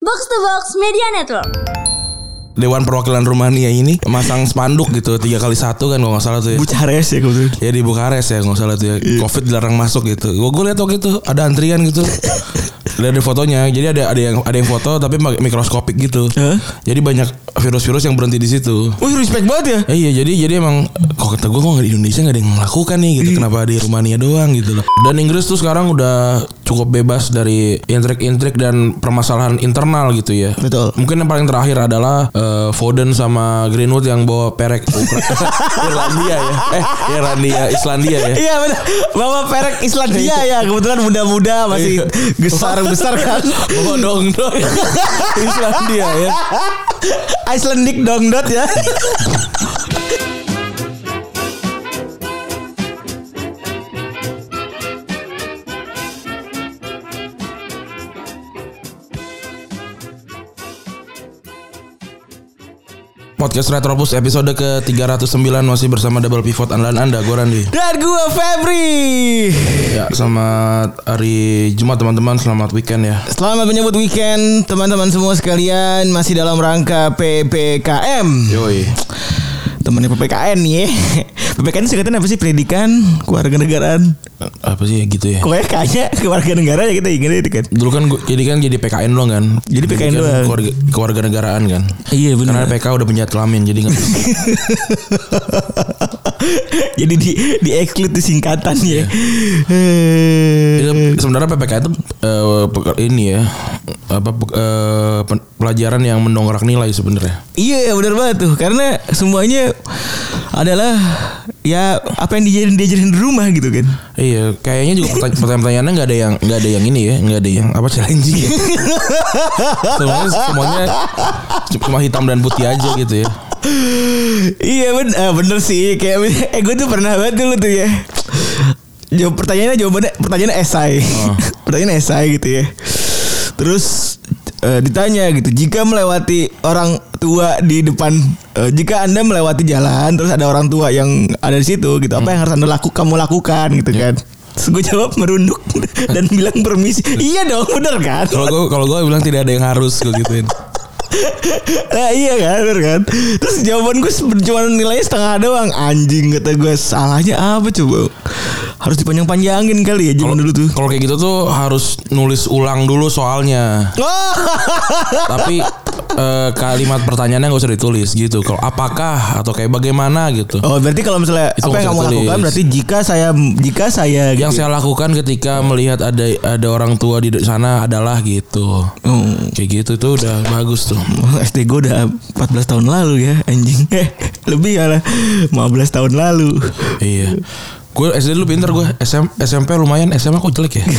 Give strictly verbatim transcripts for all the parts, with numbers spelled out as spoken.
Box to Box Media Network. Dewan Perwakilan Rumania ini masang spanduk gitu tiga kali satu kan kalau nggak salah tuh ya. Bukares ya kebetulan. Ya di Bukares ya kalau nggak salah tuh ya. Covid dilarang masuk gitu. Gue gue lihat waktu itu ada antrian gitu. Lihat di fotonya. Jadi ada ada yang ada yang foto tapi mikroskopik gitu. Huh? Jadi banyak virus-virus yang berhenti di situ. Wih, respect banget ya. Eh, iya jadi jadi emang kok kata gue kok nggak di Indonesia nggak ada yang melakukan nih gitu. Kenapa di Rumania doang gitu loh. Dan Inggris tuh sekarang udah cukup bebas dari intrik-intrik dan permasalahan internal gitu ya. Betul. Mungkin yang paling terakhir adalah uh, Foden sama Greenwood yang bawa perek Irlandia ya. Eh, Irlandia, Islandia ya. Iya benar. Bawa perek Islandia ya. Kebetulan muda-muda masih besar-besar kan. Bawa dongdot Islandia ya. Icelandic dongdot ya. Podcast Retropus episode ke tiga ratus sembilan masih bersama Double Pivot andalan Anda, gue Randy. Dan gue Febri. Ya, selamat hari Jumat teman-teman, selamat weekend ya. Selamat menyambut weekend teman-teman semua sekalian, masih dalam rangka P P K M. Yoi. Temennya P P K N nih ya. P P K N singkatan apa sih? Pendidikan Kewarganegaraan. Apa sih gitu ya? Pokoknya kayaknya kewarganegaraan ya kita ingat itu kan. Dulu kan gua, jadi kan jadi P K N doang kan. Jadi P K N doang. Keluarga, kewarganegaraan kan. Iya benar. Karena P K udah penjahat kelamin jadi nggak. Jadi di di exclude di singkatan ya. Itu sebenarnya P P K itu uh, ini ya apa uh, pelajaran yang mendongkrak nilai sebenarnya. Iya benar banget tuh karena semuanya adalah ya apa yang diajarin diajarin di rumah gitu kan. Iya, kayaknya juga pertanyaan-pertanyaannya nggak ada yang nggak ada yang ini ya, nggak ada yang apa challenging ya. semuanya semuanya cuma hitam dan putih aja gitu ya. Iya bener, ah, bener sih kayak eh gue tuh pernah banget dulu tuh ya. Jawab pertanyaannya jawabannya pertanyaan esai, oh. Pertanyaan esai gitu ya. Terus uh, ditanya gitu, jika melewati orang tua di depan, uh, jika Anda melewati jalan terus ada orang tua yang ada di situ gitu, hmm. apa yang harus Anda lakukan, kamu lakukan gitu yeah. kan? Terus gue jawab merunduk dan bilang permisi. Iya dong, bener kan? Kalau gue kalau gue bilang tidak ada yang harus gue gituin. Nah iya kan, bener kan? Terus jawaban gue cuma nilainya setengah doang. Anjing kata gue, salahnya apa coba? Harus dipanjang-panjangin kali ya zaman dulu tuh. Kalau kayak gitu tuh harus nulis ulang dulu soalnya. Tapi eh, kalimat pertanyaannya gak usah ditulis gitu. Kalau apakah atau kayak bagaimana gitu. Oh berarti kalau misalnya itu apa yang kamu lakukan berarti jika saya jika saya yang gitu. Saya lakukan ketika melihat ada ada orang tua di sana adalah gitu. Hmm. Kayak gitu tuh udah bagus tuh. S D gue udah empat belas tahun lalu ya anjing. Lebih ya lah lima belas tahun lalu. Iya. Gue S D dulu pinter gue. S M, S M P lumayan. S M A kok jelek ya.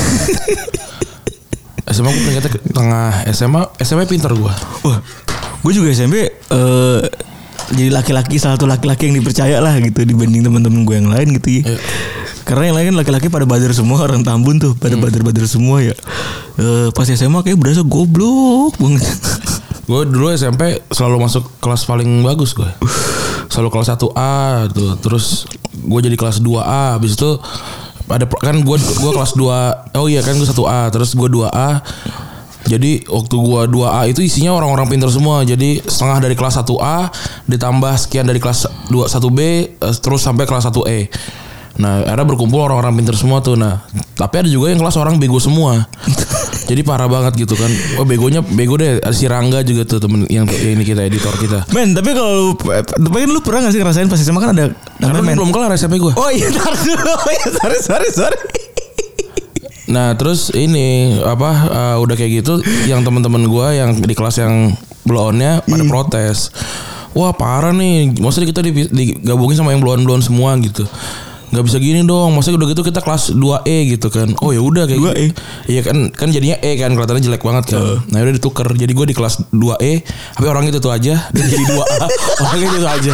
S M A gue ternyata tengah. S M A S M A pinter gue. Wah, gue juga S M P uh, jadi laki-laki, salah satu laki-laki yang dipercaya lah gitu dibanding teman-teman gue yang lain gitu ya. Iya. Karena yang lain kan laki-laki pada badar semua, orang Tambun tuh pada hmm. badar-badar semua ya. Uh, pas S M A kayak berasa goblok banget. Gue dulu S M P selalu masuk kelas paling bagus gue. Selalu kelas satu A tuh. Terus gue jadi kelas dua A. Habis itu ada kan gue gue kelas dua. Oh iya kan gue satu A, terus gue dua A. Jadi waktu gue dua A itu isinya orang-orang pintar semua. Jadi setengah dari kelas satu A ditambah sekian dari kelas dua satu B terus sampai kelas satu E. Nah, akhirnya berkumpul orang-orang pintar semua tuh. Nah, tapi ada juga yang kelas orang bego semua. Jadi parah banget gitu kan. Oh begonya bego deh. Si Rangga juga tuh temen yang, yang ini kita editor kita. Men tapi kalau tapi kan lu pernah gak sih ngerasain pas S M A kan ada karena men. Belum kelar S M P gue. Oh iya tar dulu. sorry sorry sorry. Nah terus ini apa uh, udah kayak gitu yang teman-teman gue yang di kelas yang blow on-nya pada hmm. protes. Wah parah nih. Maksudnya kita digabungin sama yang blow on blow on semua gitu. Gak bisa gini dong, maksudnya udah gitu kita kelas dua E gitu kan. Oh ya udah kayak dua E. Gitu. Iya kan kan jadinya E kan kelihatannya jelek banget kan. Uh. Nah udah ditukar. Jadi gue di kelas dua E, tapi orang itu tuh aja dan jadi dua A. Orangnya itu aja.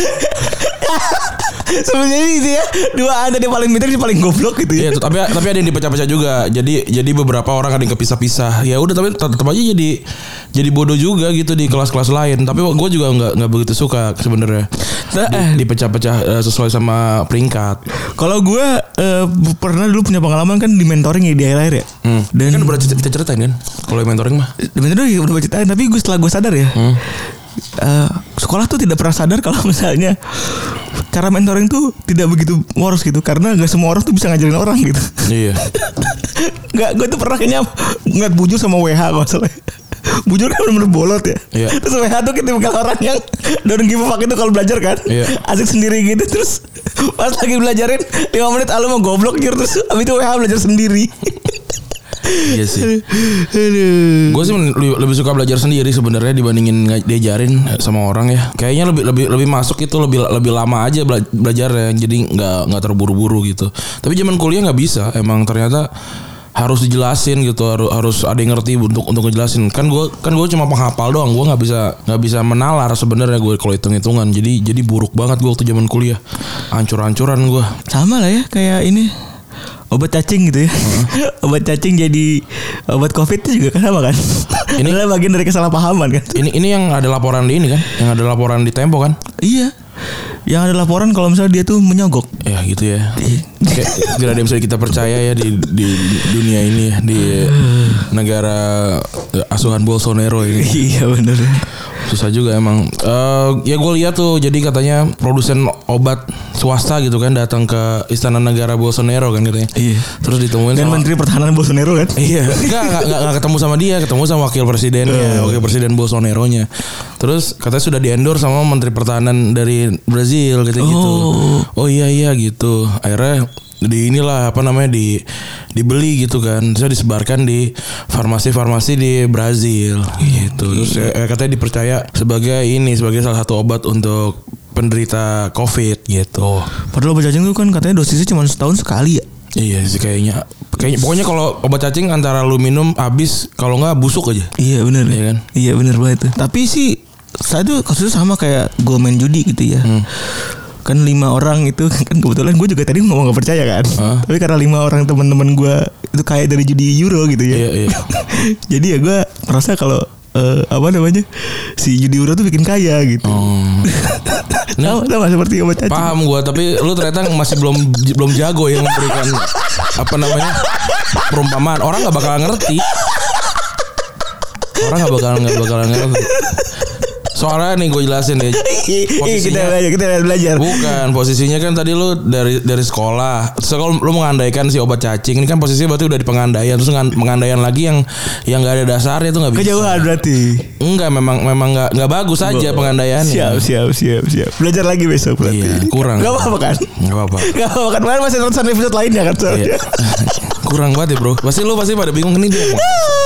Sebenarnya itu ya dua A tadi paling pintar sih paling goblok gitu ya. Iya, tapi tapi ada yang dipecah-pecah juga. Jadi jadi beberapa orang ada yang kepisah-pisah. Ya udah tapi tetap aja jadi jadi bodoh juga gitu di kelas-kelas lain. Tapi gue juga nggak nggak begitu suka sebenarnya. Nah, di, dipecah-pecah uh, sesuai sama peringkat. Kalau gue uh, pernah dulu punya pengalaman kan di mentoring ya di akhir-akhir ya. Hmm. Dan kan udah kita ceritain kan kalau mentoring mah. Di mentoring udah ceritain, tapi gue setelah gue sadar ya. Hmm. Uh, sekolah tuh tidak pernah sadar kalau misalnya cara mentoring tuh tidak begitu boros gitu, karena gak semua orang tuh bisa ngajarin orang gitu. Iya. Gak, gue tuh pernah kayaknya ngeliat Bujur sama W H kalau salah. Bujur kan bener-bener bolot ya. Iya. Terus W H tuh kita bukan orang yang don't give a fuck itu kalau belajar kan. Iya. Asik sendiri gitu. Terus pas lagi belajarin lima menit alu mau goblok gitu. Terus abis itu W H belajar sendiri. Iya sih. Gue sih lebih, lebih suka belajar sendiri sebenarnya dibandingin diajarin sama orang ya. Kayaknya lebih lebih lebih masuk itu lebih lebih lama aja bela- belajarnya. Jadi nggak nggak terburu-buru gitu. Tapi zaman kuliah nggak bisa. Emang ternyata harus dijelasin gitu, harus harus ada yang ngerti untuk untuk ngejelasin. Kan gue kan gue cuma penghafal doang. Gue nggak bisa nggak bisa menalar sebenarnya gue kalau hitung-hitungan. Jadi jadi buruk banget gue waktu zaman kuliah. Hancur-hancuran gue. Sama lah ya kayak ini. Obat cacing gitu ya. Uh-huh. Obat cacing jadi obat Covid itu juga kan sama kan? Ini adalah bagian dari kesalahpahaman kan? Ini ini yang ada laporan di ini kan? Yang ada laporan di Tempo kan? Iya. Yang ada laporan kalau misalnya dia tuh menyogok. Ya gitu ya. Kayak tidak ada yang bisa kita percaya ya di, di, di dunia ini ya, di negara asuhan Bolsonaro ini. Iya benar. Susah juga emang. Uh, ya gue lihat tuh jadi katanya produsen obat swasta gitu kan datang ke Istana Negara Bolsonaro kan katanya. Iya. Terus ditemuin dan sama Menteri Pertahanan Bolsonaro kan? Iya. Enggak enggak enggak ketemu sama dia, ketemu sama wakil presidennya, uh. wakil presiden Bolsonaro-nya. Terus katanya sudah di-endorse sama Menteri Pertahanan dari Brazil gitu gitu. Oh, oh iya iya gitu. Akhirnya di inilah apa namanya di dibeli gitu kan, terus disebarkan di farmasi-farmasi di Brazil gitu. Terus eh, katanya dipercaya sebagai ini sebagai salah satu obat untuk penderita Covid gitu. Padahal obat cacing itu kan katanya dosisnya cuma setahun sekali ya. Iya sih kayaknya. Kayaknya pokoknya kalau obat cacing antara lu minum habis kalau nggak busuk aja. Iya benar. Iya kan? Iya benar banget itu. Tapi sih saya tuh kasusnya sama kayak gue main judi gitu ya. Hmm. Kan lima orang itu kan kebetulan gue juga tadi ngomong gak percaya kan. Huh? Tapi karena lima orang teman-teman gue itu kayak dari judi Euro gitu ya. Iya, iya. Jadi ya gue merasa kalau uh, apa namanya si judi Euro tuh bikin kaya gitu. Oh. Nah, sama seperti obat cacing. Paham gue, tapi lu ternyata masih belum belum jago yang memberikan apa namanya perumpamaan. Orang nggak bakal ngerti. Orang nggak bakal nggak bakal ngerti. Soalnya nih gue jelasin deh. Posisinya kita belajar, kita belajar. Bukan, posisinya kan tadi lu dari dari sekolah. Terus kalau lu mengandaikan si obat cacing ini kan posisinya berarti udah di pengandaian. Terus pengandaian lagi yang yang enggak ada dasarnya tuh enggak bisa. Kejauhan berarti. Enggak, memang memang enggak enggak bagus aja pengandaiannya. Siap, siap, siap, siap. Belajar lagi besok berarti. Iya, kurang. Enggak apa-apa kan? Enggak apa-apa. Enggak apa-apa kan? Kemarin masih nonton episode lainnya kan soalnya. Iya. Kurang banget ya, Bro. Pasti lu pasti pada bingung ini dia ngomong.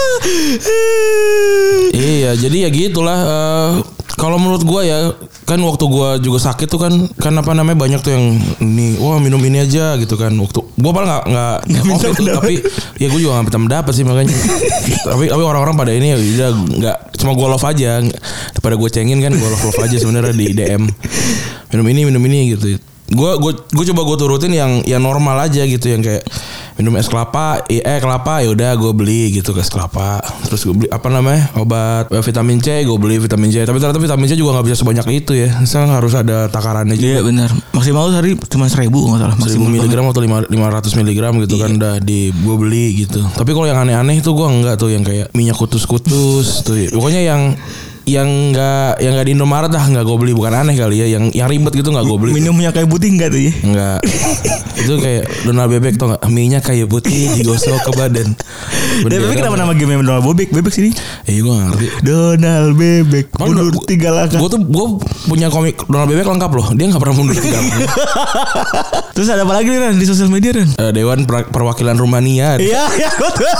Iya, jadi ya gitulah uh, kalau menurut gue ya kan waktu gue juga sakit tuh kan kan apa namanya banyak tuh yang ini wah minum ini aja gitu kan waktu gue malah nggak nggak covid tuh tapi ya gue juga nggak bisa mendapat sih makanya tapi tapi orang-orang pada ini ya udah nggak cuma gue love aja daripada gue cengin kan gue love love aja sebenarnya di D M minum ini minum ini gitu gue gue gue coba gue turutin yang yang normal aja gitu yang kayak minum es kelapa eh kelapa ya udah gue beli gitu es kelapa terus gue beli apa namanya obat vitamin C gue beli vitamin C tapi ternyata vitamin C juga nggak bisa sebanyak itu ya misalnya harus ada takarannya juga. Iya benar maksimal sehari cuma seribu nggak salah seribu miligram atau lima ratus miligram gitu iya. Kan udah di gue beli gitu tapi kalau yang aneh-aneh itu gue enggak tuh yang kayak minyak kutus-kutus tuh pokoknya yang yang enggak yang enggak di Indomaret dah enggak gue beli bukan aneh kali ya yang yang ribet gitu enggak gue beli. Minum minyak kayu putih enggak tuh ya? Enggak. Itu kayak Donald Bebek tau enggak? Minyak kayu putih digosok ke badan. Bebek kenapa nama game Donald Bebek? Bebek sini. Eh gue enggak ngerti. Donald Bebek mundur tiga langkah. Gue tuh gue punya komik Donald Bebek lengkap loh. Dia enggak pernah mundur tiga langkah. Terus ada apa lagi nih Ran di sosial media Ran? Uh, Dewan Perwakilan Rumania. Iya, iya betul.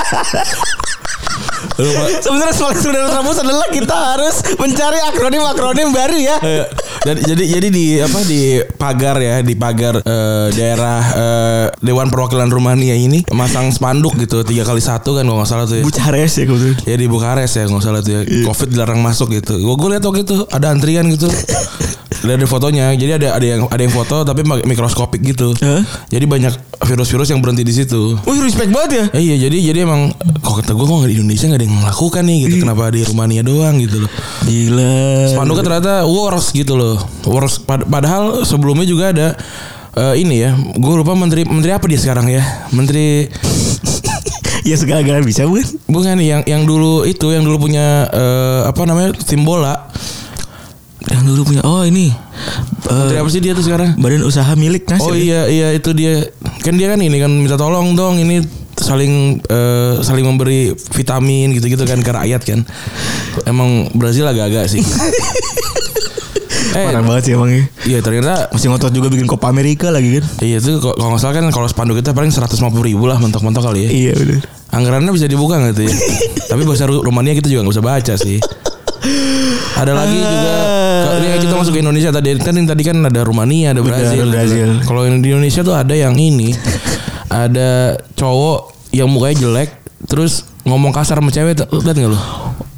Sebenarnya sebenarnya rambut adalah kita harus mencari akronim-akronim baru ya. Jadi jadi jadi di apa di pagar ya di pagar uh, daerah uh, Dewan Perwakilan Rumania ini masang spanduk gitu tiga kali satu kan kalau nggak salah tuh ya. Bukares ya kebetulan. Ya di Bukares ya nggak salah tuh ya. Covid dilarang masuk gitu. Gue gue lihat waktu itu ada antrian gitu. Ada fotonya. Jadi ada ada yang ada yang foto tapi mikroskopik gitu. Huh? Jadi banyak virus-virus yang berhenti di situ. Wih, respect banget ya. Eh, iya, jadi jadi emang kok kata gue kok di Indonesia nggak ada yang melakukan nih gitu. Kenapa di Rumania doang gitu loh. Gila. Spanduknya ternyata worse gitu loh. Worse. Pad- padahal sebelumnya juga ada uh, ini ya. Gue lupa menteri menteri apa dia sekarang ya. Menteri Ya segala-galanya bisa bukan? bukan yang yang dulu itu yang dulu punya uh, apa namanya tim bola. Yang dulu punya oh ini Menteri uh, apa sih dia tuh sekarang? badan usaha milik Nasir. Oh iya iya itu dia. Kan dia kan ini kan minta tolong dong ini saling uh, saling memberi vitamin gitu-gitu kan ke rakyat kan. Emang Brazil agak-agak sih. eh, Parah banget sih emangnya. Iya ternyata Masih ngotot juga bikin Copa America lagi kan. iya itu kalau nggak salah kan kalau spanduk kita paling seratus lima puluh ribu lah mentok-mentok kali ya. Iya benar. Anggarannya bisa dibuka nggak tuh ya? Tapi bahasa Rumania kita juga nggak bisa baca sih. Ada lagi juga ini kita masuk ke Indonesia tadi kan tadi kan ada Rumania ada Brazil. Benar, Brazil. Kalau di Indonesia tuh ada yang ini ada cowok yang mukanya jelek terus ngomong kasar sama cewek lihat nggak lo?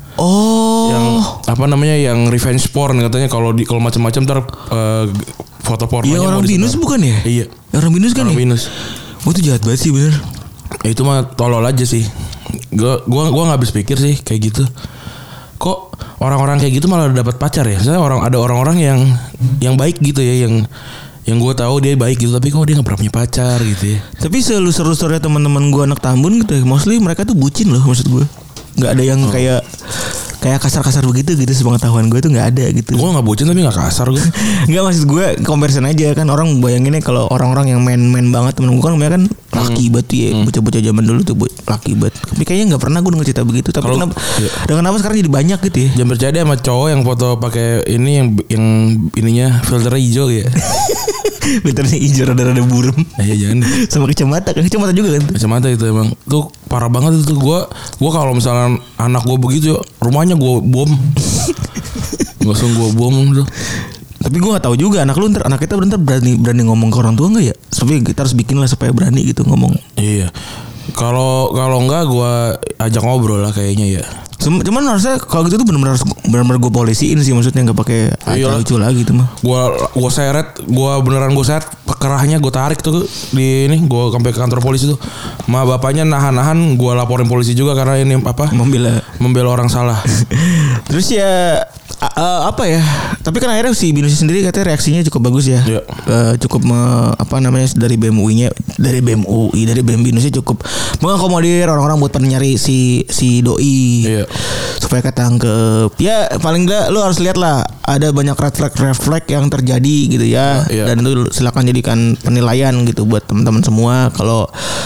Oh. Yang apa namanya yang revenge porn katanya kalau di kalau macam-macam ntar uh, foto pornonya. Iya orang mau binus disebar. bukan ya? Iya. Orang binus kan Orang ya? binus. Oh itu jahat banget sih bener. Ya, itu mah tolol aja sih. Gua gua gua nggak habis pikir sih kayak gitu. Kok orang-orang kayak gitu malah dapat pacar ya? Saya orang ada orang-orang yang yang baik gitu ya yang yang gue tahu dia baik gitu tapi kok dia nggak pernah punya pacar gitu ya. Tapi selalu seru-serunya teman-teman gue anak Tambun gitu ya, mostly mereka tuh bucin loh maksud gue. Nggak ada yang oh. kayak kayak kasar-kasar begitu gitu sepengetahuan gue tuh nggak ada gitu. Gue nggak bucin tapi nggak kasar gue. Nggak maksud gue comparison aja kan orang bayanginnya kalau orang-orang yang main-main banget temen gue kan mereka kan laki hmm. banget ya hmm. bocah-bocah zaman dulu tuh laki banget. Tapi kayaknya nggak pernah gue denger cerita begitu. Tapi kalo, kenapa? Iya. Dan kenapa sekarang jadi banyak gitu ya? Jangan percaya deh sama cowok yang foto pakai ini yang yang ininya filternya hijau ya. Filternya hijau rada-rada buram. Eh jangan. Sama kacamata kan kacamata juga kan? Kacamata itu emang tuh parah banget itu gue. Gue kalau misalnya anak gue begitu rumahnya gue bom. Langsung gue bom tuh. Tapi gue gak tahu juga anak lu ntar anak kita bentar berani berani ngomong ke orang tua nggak ya? Tapi kita harus bikin lah supaya berani gitu ngomong. Iya. Kalau kalau enggak gue ajak ngobrol lah kayaknya ya. Cuman harusnya kalau gitu tuh benar-benar harus benar-benar gue polisiin sih maksudnya nggak pakai acah lucu lagi tuh mah. Gue gue seret, gue beneran gue seret kerahnya gue tarik tuh di ini gue sampai ke kantor polisi tuh. Ma bapaknya nahan-nahan gue laporin polisi juga karena ini apa? Membela membela orang salah. Terus ya uh, apa ya? Tapi kan akhirnya si Binus sendiri katanya reaksinya cukup bagus ya. Yeah. Uh, cukup me, apa namanya dari B M U I-nya, dari B M U I, dari B M Binusnya cukup mengakomodir orang-orang buat pada nyari si si doi. Yeah. Supaya ketangkep. Ya paling enggak lu harus lihat lah ada banyak red flag red flag yang terjadi gitu ya. Yeah. Dan itu silakan jadikan penilaian gitu buat teman-teman semua kalau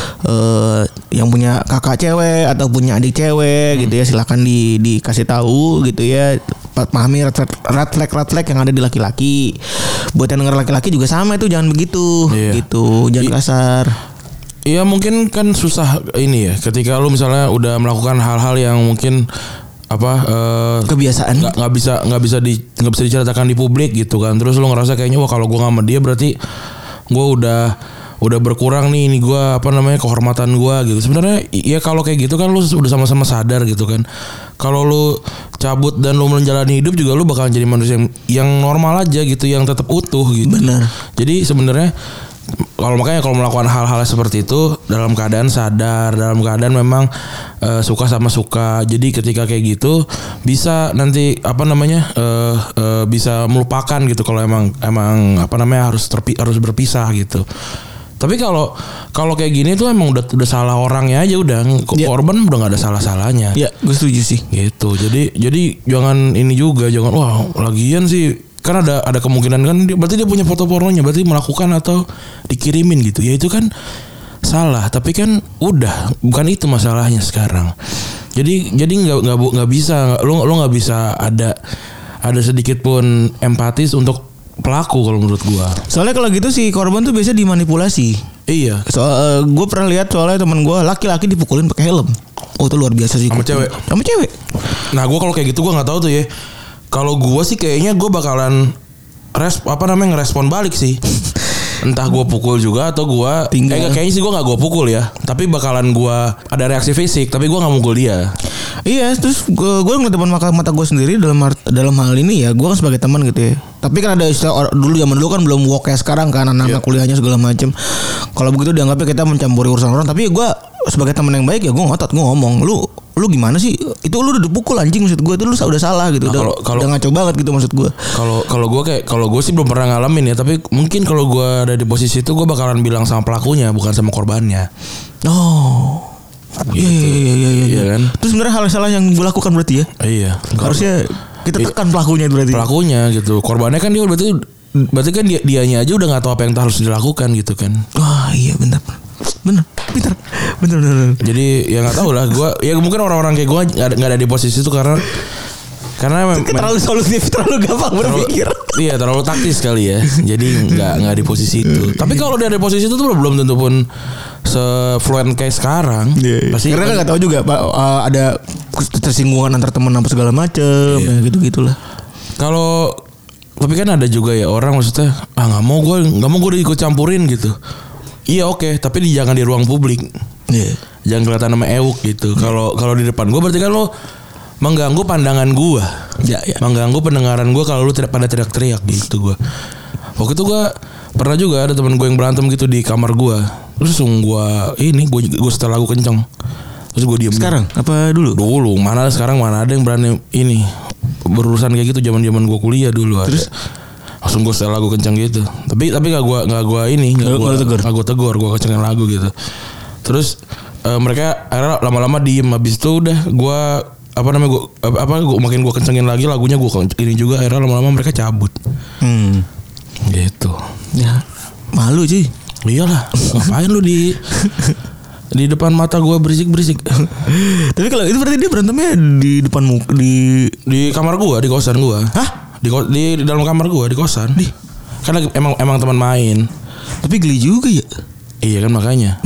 uh, yang punya kakak cewek atau punya adik cewek hmm. gitu ya silakan di dikasih tahu gitu ya. Pahami red flag, red flag red flag yang ada di laki-laki. Buat yang denger laki-laki juga sama itu jangan begitu yeah. gitu, jangan I- kasar. Iya mungkin kan susah ini ya ketika lu misalnya udah melakukan hal-hal yang mungkin apa uh, kebiasaan nggak nggak bisa nggak bisa di nggak bisa diceritakan di publik gitu kan terus lu ngerasa kayaknya wah kalau gue nggak sama dia berarti gue udah udah berkurang nih ini gue apa namanya kehormatan gue gitu sebenarnya ya kalau kayak gitu kan lu udah sama-sama sadar gitu kan kalau lu cabut dan lu menjalani hidup juga lu bakal jadi manusia yang, yang normal aja gitu yang tetap utuh gitu. Benar. Jadi sebenarnya kalau makanya kalau melakukan hal-hal seperti itu dalam keadaan sadar, dalam keadaan memang uh, suka sama suka. Jadi ketika kayak gitu bisa nanti apa namanya uh, uh, bisa melupakan gitu kalau emang emang apa namanya harus terpi, harus berpisah gitu. Tapi kalau kalau kayak gini tuh emang udah udah salah orangnya aja udah ya. Korban udah nggak ada salah-salahnya. Ya, gue setuju sih. Gitu. Jadi jadi jangan ini juga jangan wah lagian sih. Kan ada ada kemungkinan kan berarti dia punya foto pornonya berarti melakukan atau dikirimin gitu ya itu kan salah tapi kan udah bukan itu masalahnya sekarang jadi jadi nggak nggak nggak bisa lo lo nggak bisa ada ada sedikit pun empatis untuk pelaku kalau menurut gua soalnya kalau gitu si korban tuh biasa dimanipulasi iya soal uh, gue pernah lihat soalnya teman gua laki-laki dipukulin pakai helm oh itu luar biasa sih sama cewek sama cewek nah gua kalau kayak gitu gua nggak tahu tuh ya. Kalau gue sih kayaknya gue bakalan res apa namanya ngerespon balik sih. Entah gue pukul juga atau gue kayak kayaknya sih gue nggak gue pukul ya. Tapi bakalan gue ada reaksi fisik. Tapi gue nggak mukul dia. Iya, terus gue gue ngeliat depan mata mata gue sendiri dalam dalam hal ini ya, gue kan sebagai teman gitu ya. Tapi kan ada istilah dulu zaman dulu kan belum woke kayak sekarang kan, anak-anak yeah. kuliahnya segala macam. Kalau begitu dianggapnya kita mencampuri urusan orang. Tapi gue sebagai teman yang baik ya gue ngotot, gue ngomong, lu lu gimana sih? Itu lu udah dipukul anjing maksud gue, itu lu udah salah gitu. Nah, udah, kalau, udah ngaco banget gitu maksud gue. Kalau kalau gue kayak kalau gue sih belum pernah ngalamin ya, tapi mungkin kalau gue ada di posisi itu gue bakalan bilang sama pelakunya bukan sama korbannya. Oh. Iya iya iya iya iya kan. Terus sebenarnya hal salah yang gue lakukan berarti ya? Iya. Harusnya kita tekan pelakunya berarti. Pelakunya gitu. Korbannya kan dia berarti berarti kan dia dianya aja udah nggak tahu apa yang harus dilakukan gitu kan. Wah, iya benar. Benar. Benar. Benar benar. Jadi ya nggak tahu lah. Gue ya mungkin orang-orang kayak gue nggak ada di posisi itu karena karena mem- terlalu solutif, terlalu gampang berpikir. Terlalu, iya, terlalu taktis kali ya. Jadi nggak nggak di posisi itu. Tapi kalau dia ada di posisi itu tuh belum tentu pun se-fluent kayak sekarang. Yeah, yeah. Pasti karena kan nggak tahu juga Pak, uh, ada tersinggungan antar teman apa segala macam, yeah. ya gitu gitulah. Kalau tapi kan ada juga ya orang maksudnya ah nggak mau gue nggak mau gue ikut campurin gitu. Iya oke, okay, tapi di, jangan di ruang publik. Yeah. Jangan kelihatan nama ewuk gitu. Kalau yeah. kalau di depan gue berarti kan lo mengganggu pandangan gue, ya, ya. mengganggu pendengaran gue kalau lu tidak pada teriak-teriak gitu gue. Waktu itu gue pernah juga ada teman gue yang berantem gitu di kamar gue, terus langsung gue ini gue gue setel lagu kenceng, terus gue diam. Sekarang apa dulu? Dulu mana sekarang mana ada yang berani ini berurusan kayak gitu zaman zaman gue kuliah dulu ada. Terus langsung gue setel lagu kenceng gitu. Tapi tapi gak gue gak gue ini gak gue tegur, gak gue tegur, gue kencengin lagu gitu. Terus uh, mereka akhirnya lama-lama diem. Habis itu udah gue apa namanya gue apa gue makin gue kencengin lagi lagunya gue ini juga akhirnya lama-lama mereka cabut. Hmm. Gitu. Ya malu sih. Iyalah. Ngapain lu di di depan mata gue berisik-berisik. Tapi kalau itu berarti dia berantemnya di depan muka di di kamar gue, di kosan gue. Hah? Di di, di dalam kamar gue, di kosan. Di. Karena emang emang teman main. Tapi geli juga ya. Iya kan makanya.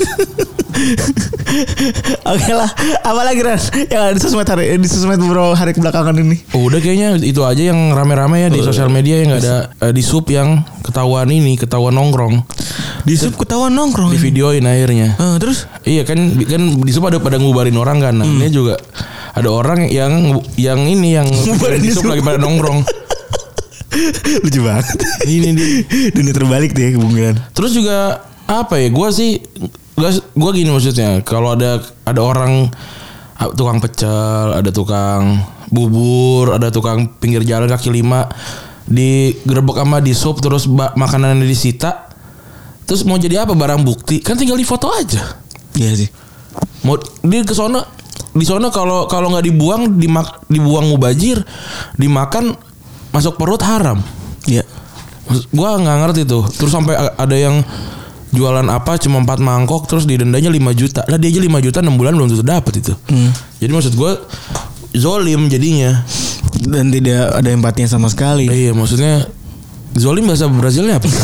Oke lah, apa lagi Ran yang ada di sosmed hari di sosmed beberapa hari belakangan ini? Oh, udah kayaknya itu aja yang rame-rame ya di oh, sosial media yang nggak ada uh, di sub yang ketahuan ini ketahuan nongkrong. Di sub ketahuan nongkrong. Di videoin akhirnya. Uh, terus? Iya kan kan di sub ada pada ngubarin orang kan. Nah, hmm. ini juga ada orang yang yang ini yang di sub lagi pada nongkrong. Lucu banget. Ini nih dunia terbalik deh kemungkinan. Terus juga apa ya? Gua sih gue gini maksudnya, kalau ada ada orang tukang pecel, ada tukang bubur, ada tukang pinggir jalan kaki lima digerebek sama di sub terus makanannya disita, terus mau jadi apa barang bukti? Kan tinggal di foto aja. Iya sih. Mau dia ke sono, di sono kalau kalau nggak dibuang dimak, dibuang mubazir, dimakan masuk perut haram. Iya. Gue nggak ngerti tuh. Terus sampai ada yang jualan apa cuma empat mangkok terus didendanya lima juta. Lah dia aja lima juta enam bulan belum tentu dapat itu. Hmm. Jadi maksud gue zolim jadinya dan tidak ada empatinya sama sekali. Iya, maksudnya zolim bahasa Brazilnya apa?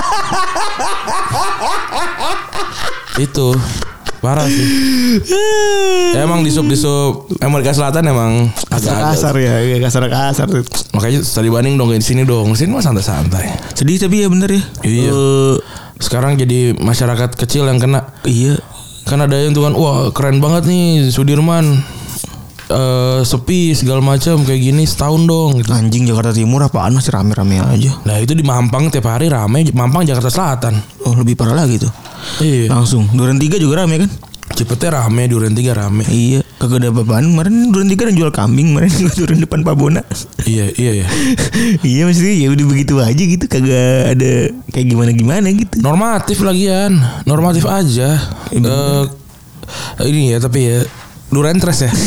Itu parah sih. Ya, emang di sub di sub Amerika Selatan emang agak kasar ya, ya kasar kasar. Makanya tadi banding dong di sini dong. Di sini mah santai-santai. Sedih tapi ya bener ya. Iya. Uh, Sekarang jadi masyarakat kecil yang kena. Iya. Kan ada yang tuh kan, wah keren banget nih Sudirman. Uh, sepi segala macam kayak gini setahun dong gitu. Anjing Jakarta Timur apaan masih rame-rame aja. Nah itu di Mampang tiap hari rame. Mampang Jakarta Selatan. Oh lebih parah lagi tuh. Iya. Langsung Duren tiga juga rame kan. Cipete rame, Duren tiga rame. Iya. Kagak ada apa-apaan. Kemarin Duren tiga dan jual kambing. Kemarin Duren depan Pabona. Iya iya iya. Iya maksudnya ya udah begitu aja gitu. Kagak ada kayak gimana-gimana gitu. Normatif lagian. Normatif aja. Eh uh, Ini ya tapi ya Duren tres ya.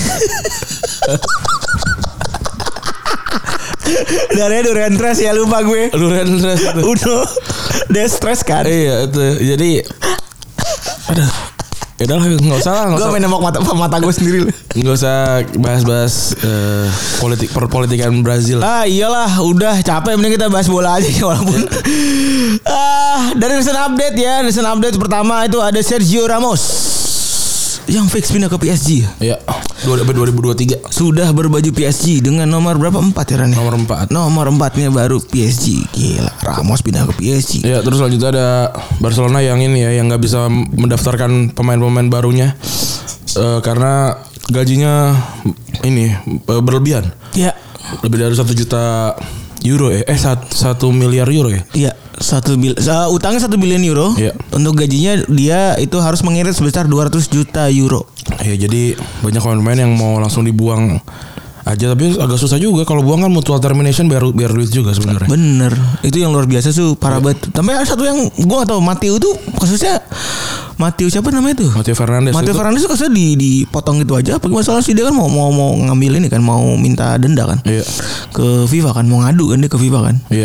Darahnya Duren tres ya lupa gue. Duren tres itu. Uno Des stress kan. Iya itu. Jadi aduh. Ya udah lah nggak usah lah. Gue main nembak mata mata gue sendiri. Nggak usah bahas-bahas uh, politik perpolitikan Brazil. Ah iyalah udah capek, mending kita bahas bola aja ya walaupun. Ah dari recent update ya, recent update pertama itu ada Sergio Ramos yang fix pindah ke P S G. Iya. dua ribu dua puluh tiga sudah berbaju P S G dengan nomor berapa empat ya Ran? Nomor empat. Nomor empatnya baru P S G. Gila, Ramos pindah ke P S G. Ya terus selanjutnya ada Barcelona yang ini ya yang nggak bisa mendaftarkan pemain-pemain barunya uh, karena gajinya ini berlebihan. Iya. Lebih dari satu juta euro ya. Eh satu miliar euro ya. Iya. Satu bil, uh, utangnya satu bilion euro. Iya. Untuk gajinya dia itu harus mengirit sebesar dua ratus juta euro. Iya, jadi banyak pemain yang mau langsung dibuang aja, tapi agak susah juga kalau buang kan mutual termination biar biar duit juga sebenarnya. Bener, itu yang luar biasa tuh parah ya. banget. Tapi ada satu yang gua gak tahu, Matteo tuh kasusnya Matteo siapa namanya tuh? Matteo Fernandes. Matteo Fernandes tuh kasusnya di dipotong gitu aja. Apa masalah sih, dia kan mau mau mau ngambil ini kan, mau minta denda kan? Iya. Ke FIFA kan, mau ngadu kan dia ke FIFA kan? Iya.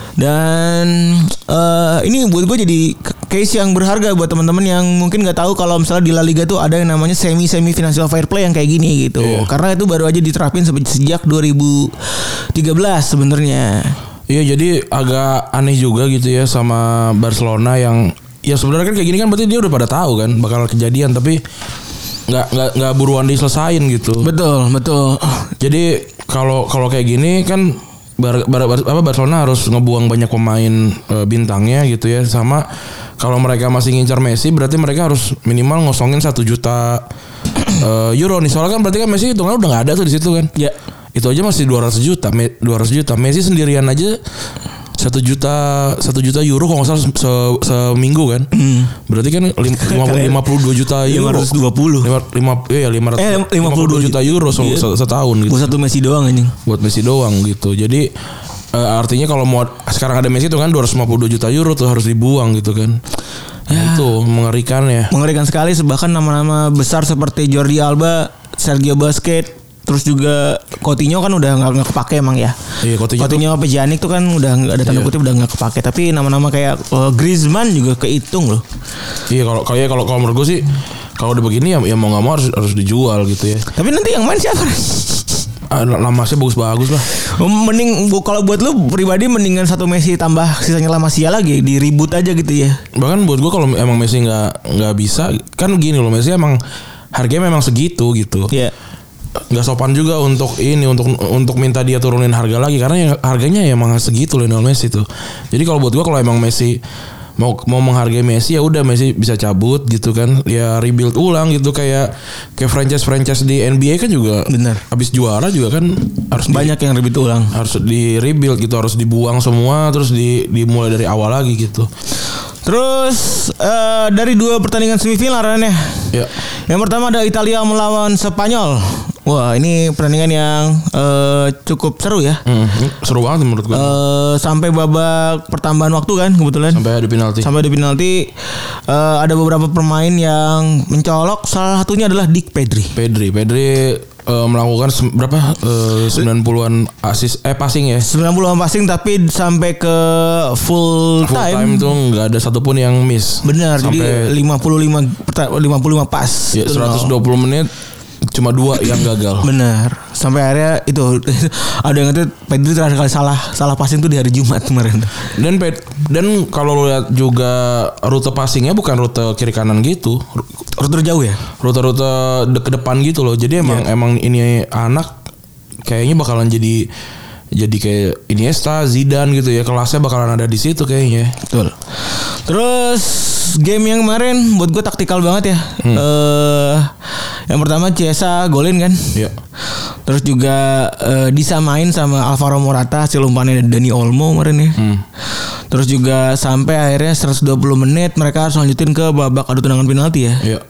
Dan uh, ini buat gue jadi case yang berharga buat teman-teman yang mungkin nggak tahu kalau misalnya di La Liga tuh ada yang namanya semi semi financial fair play yang kayak gini gitu. Iya. Karena itu baru aja diterapin sejak dua ribu tiga belas sebenarnya. Iya, jadi agak aneh juga gitu ya sama Barcelona yang ya sebenarnya kan kayak gini kan berarti dia udah pada tahu kan bakal kejadian, tapi nggak nggak nggak buruan diselesain gitu. Betul betul. Jadi kalau kalau kayak gini kan Bar, bar, bar, apa Barcelona harus ngebuang banyak pemain e, bintangnya gitu ya, sama kalau mereka masih ngincar Messi berarti mereka harus minimal ngosongin satu juta e, euro nih, soalnya kan berarti kan Messi hitungannya udah nggak ada tuh di situ kan. Ya. Itu aja masih dua ratus juta, dua ratus juta. Messi sendirian aja satu juta satu juta euro kalau nggak salah se, seminggu kan. Hmm. Berarti kan lima puluh dua juta euro. lima ratus dua puluh. lima ya lima ratus eh, lima puluh dua juta euro iya. setahun gitu. Buat satu Messi doang anjing. Buat Messi doang gitu. Jadi uh, artinya kalau mau sekarang ada Messi itu kan dua ratus lima puluh dua juta euro tuh harus dibuang gitu kan. Ya. Nah, itu mengerikan ya. Mengerikan sekali, bahkan nama-nama besar seperti Jordi Alba, Sergio Busquets, terus juga Coutinho kan udah nggak nggak kepake emang ya. Iya, Coutinho. Coutinho apa Pjanic tuh kan udah nggak ada tanda iya. kutip udah nggak kepake. Tapi nama-nama kayak uh, Griezmann juga kehitung loh. Iya, kalau kalau kalau kalau menurut gue sih kalau udah begini ya, ya mau nggak mau harus harus dijual gitu ya. Tapi nanti yang main siapa? Ah, Lamasnya bagus-bagus lah. Mending kalau buat lu pribadi mendingan satu Messi tambah sisanya La Masia lagi, di reboot aja gitu ya. Bahkan buat gue kalau emang Messi nggak nggak bisa kan gini loh, Messi emang harganya memang segitu gitu. Iya. Yeah. Nggak sopan juga untuk ini untuk untuk minta dia turunin harga lagi karena ya, harganya ya emang segitu Lionel Messi tuh. Jadi kalau buat gua kalau emang Messi mau mau menghargai Messi ya udah Messi bisa cabut gitu kan, ya rebuild ulang gitu kayak kayak franchise franchise di N B A kan juga. Benar. Habis juara juga kan harus banyak di, yang rebuild ulang, harus di rebuild gitu, harus dibuang semua terus di dimulai dari awal lagi gitu. Terus uh, dari dua pertandingan semifinal ya. Ya. Yang pertama ada Italia melawan Spanyol. Wah, ini pertandingan yang uh, cukup seru ya. Hmm, seru banget menurut gue. Uh, sampai babak pertambahan waktu kan kebetulan. Sampai ada penalti. Sampai ada penalti. Uh, ada beberapa pemain yang mencolok. Salah satunya adalah Dick Pedri. Pedri, Pedri uh, melakukan sem- berapa? Uh, sembilan puluhan assist eh passing ya. sembilan puluhan passing tapi sampai ke full, full time. Full time tuh enggak ada satupun yang miss. Benar, sampai jadi lima puluh lima lima puluh lima pas. Ya, seratus dua puluh menit cuma dua yang gagal. Benar. Sampai akhirnya itu ada yang itu Pedri terakhir kali salah salah passing tuh di hari Jumat kemarin. Dan dan kalau lu lihat juga rute passingnya bukan rute kiri kanan gitu. Rute jauh ya? Rute-rute de- ke depan gitu loh. Jadi emang yeah. emang ini anak kayaknya bakalan jadi jadi kayak Iniesta, Zidane gitu ya. Kelasnya bakalan ada di situ kayaknya. Betul. Terus game yang kemarin buat gue taktikal banget ya. Hmm. Uh, yang pertama Chiesa golin kan. Iya. Terus juga uh, disamain sama Alvaro Morata hasil umpannya Dani Olmo kemarin ya. Hmm. Terus juga sampai akhirnya seratus dua puluh menit mereka harus lanjutin ke babak adu tendangan penalti ya. Iya.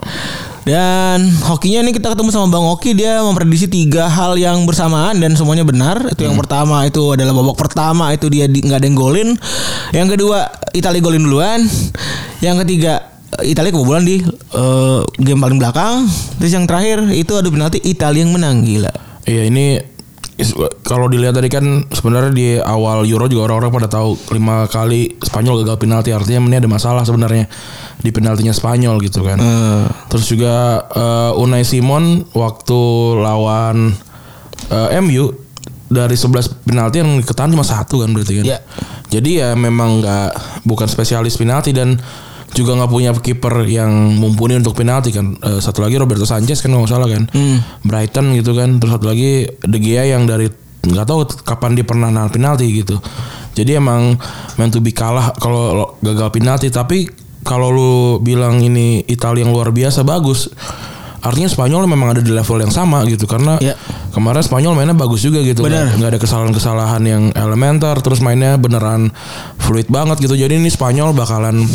Dan hokinya ini kita ketemu sama Bang Oki, dia memprediksi tiga hal yang bersamaan dan semuanya benar. Itu yang hmm. pertama itu adalah babak pertama itu dia nggak ada yang golin. Yang kedua Italia golin duluan. Yang ketiga Italia kebobolan di uh, game paling belakang. Terus yang terakhir itu adu penalti Italia yang menang, gila. Iya, ini kalau dilihat tadi kan sebenarnya di awal Euro juga orang-orang pada tahu lima kali Spanyol gagal penalti, artinya ini ada masalah sebenarnya di penaltinya Spanyol gitu kan. Uh. Terus juga uh, Unai Simon waktu lawan uh, M U dari sebelas penalti yang ketahan cuma satu kan berarti kan. Yeah. Jadi ya memang nggak bukan spesialis penalti dan juga nggak punya kiper yang mumpuni untuk penalti kan. Uh, satu lagi Roberto Sanchez kan nggak salah kan, mm. Brighton gitu kan. Terus satu lagi De Gea yang dari nggak tahu kapan dia pernah nahan penalti gitu. Jadi emang meant to be kalah kalau gagal penalti. Tapi kalau lu bilang ini Italia yang luar biasa bagus, artinya Spanyol memang ada di level yang sama gitu karena ya. Kemarin Spanyol mainnya bagus juga gitu. Benar. Nggak ada kesalahan-kesalahan yang elementer, terus mainnya beneran fluid banget gitu. Jadi ini Spanyol bakalan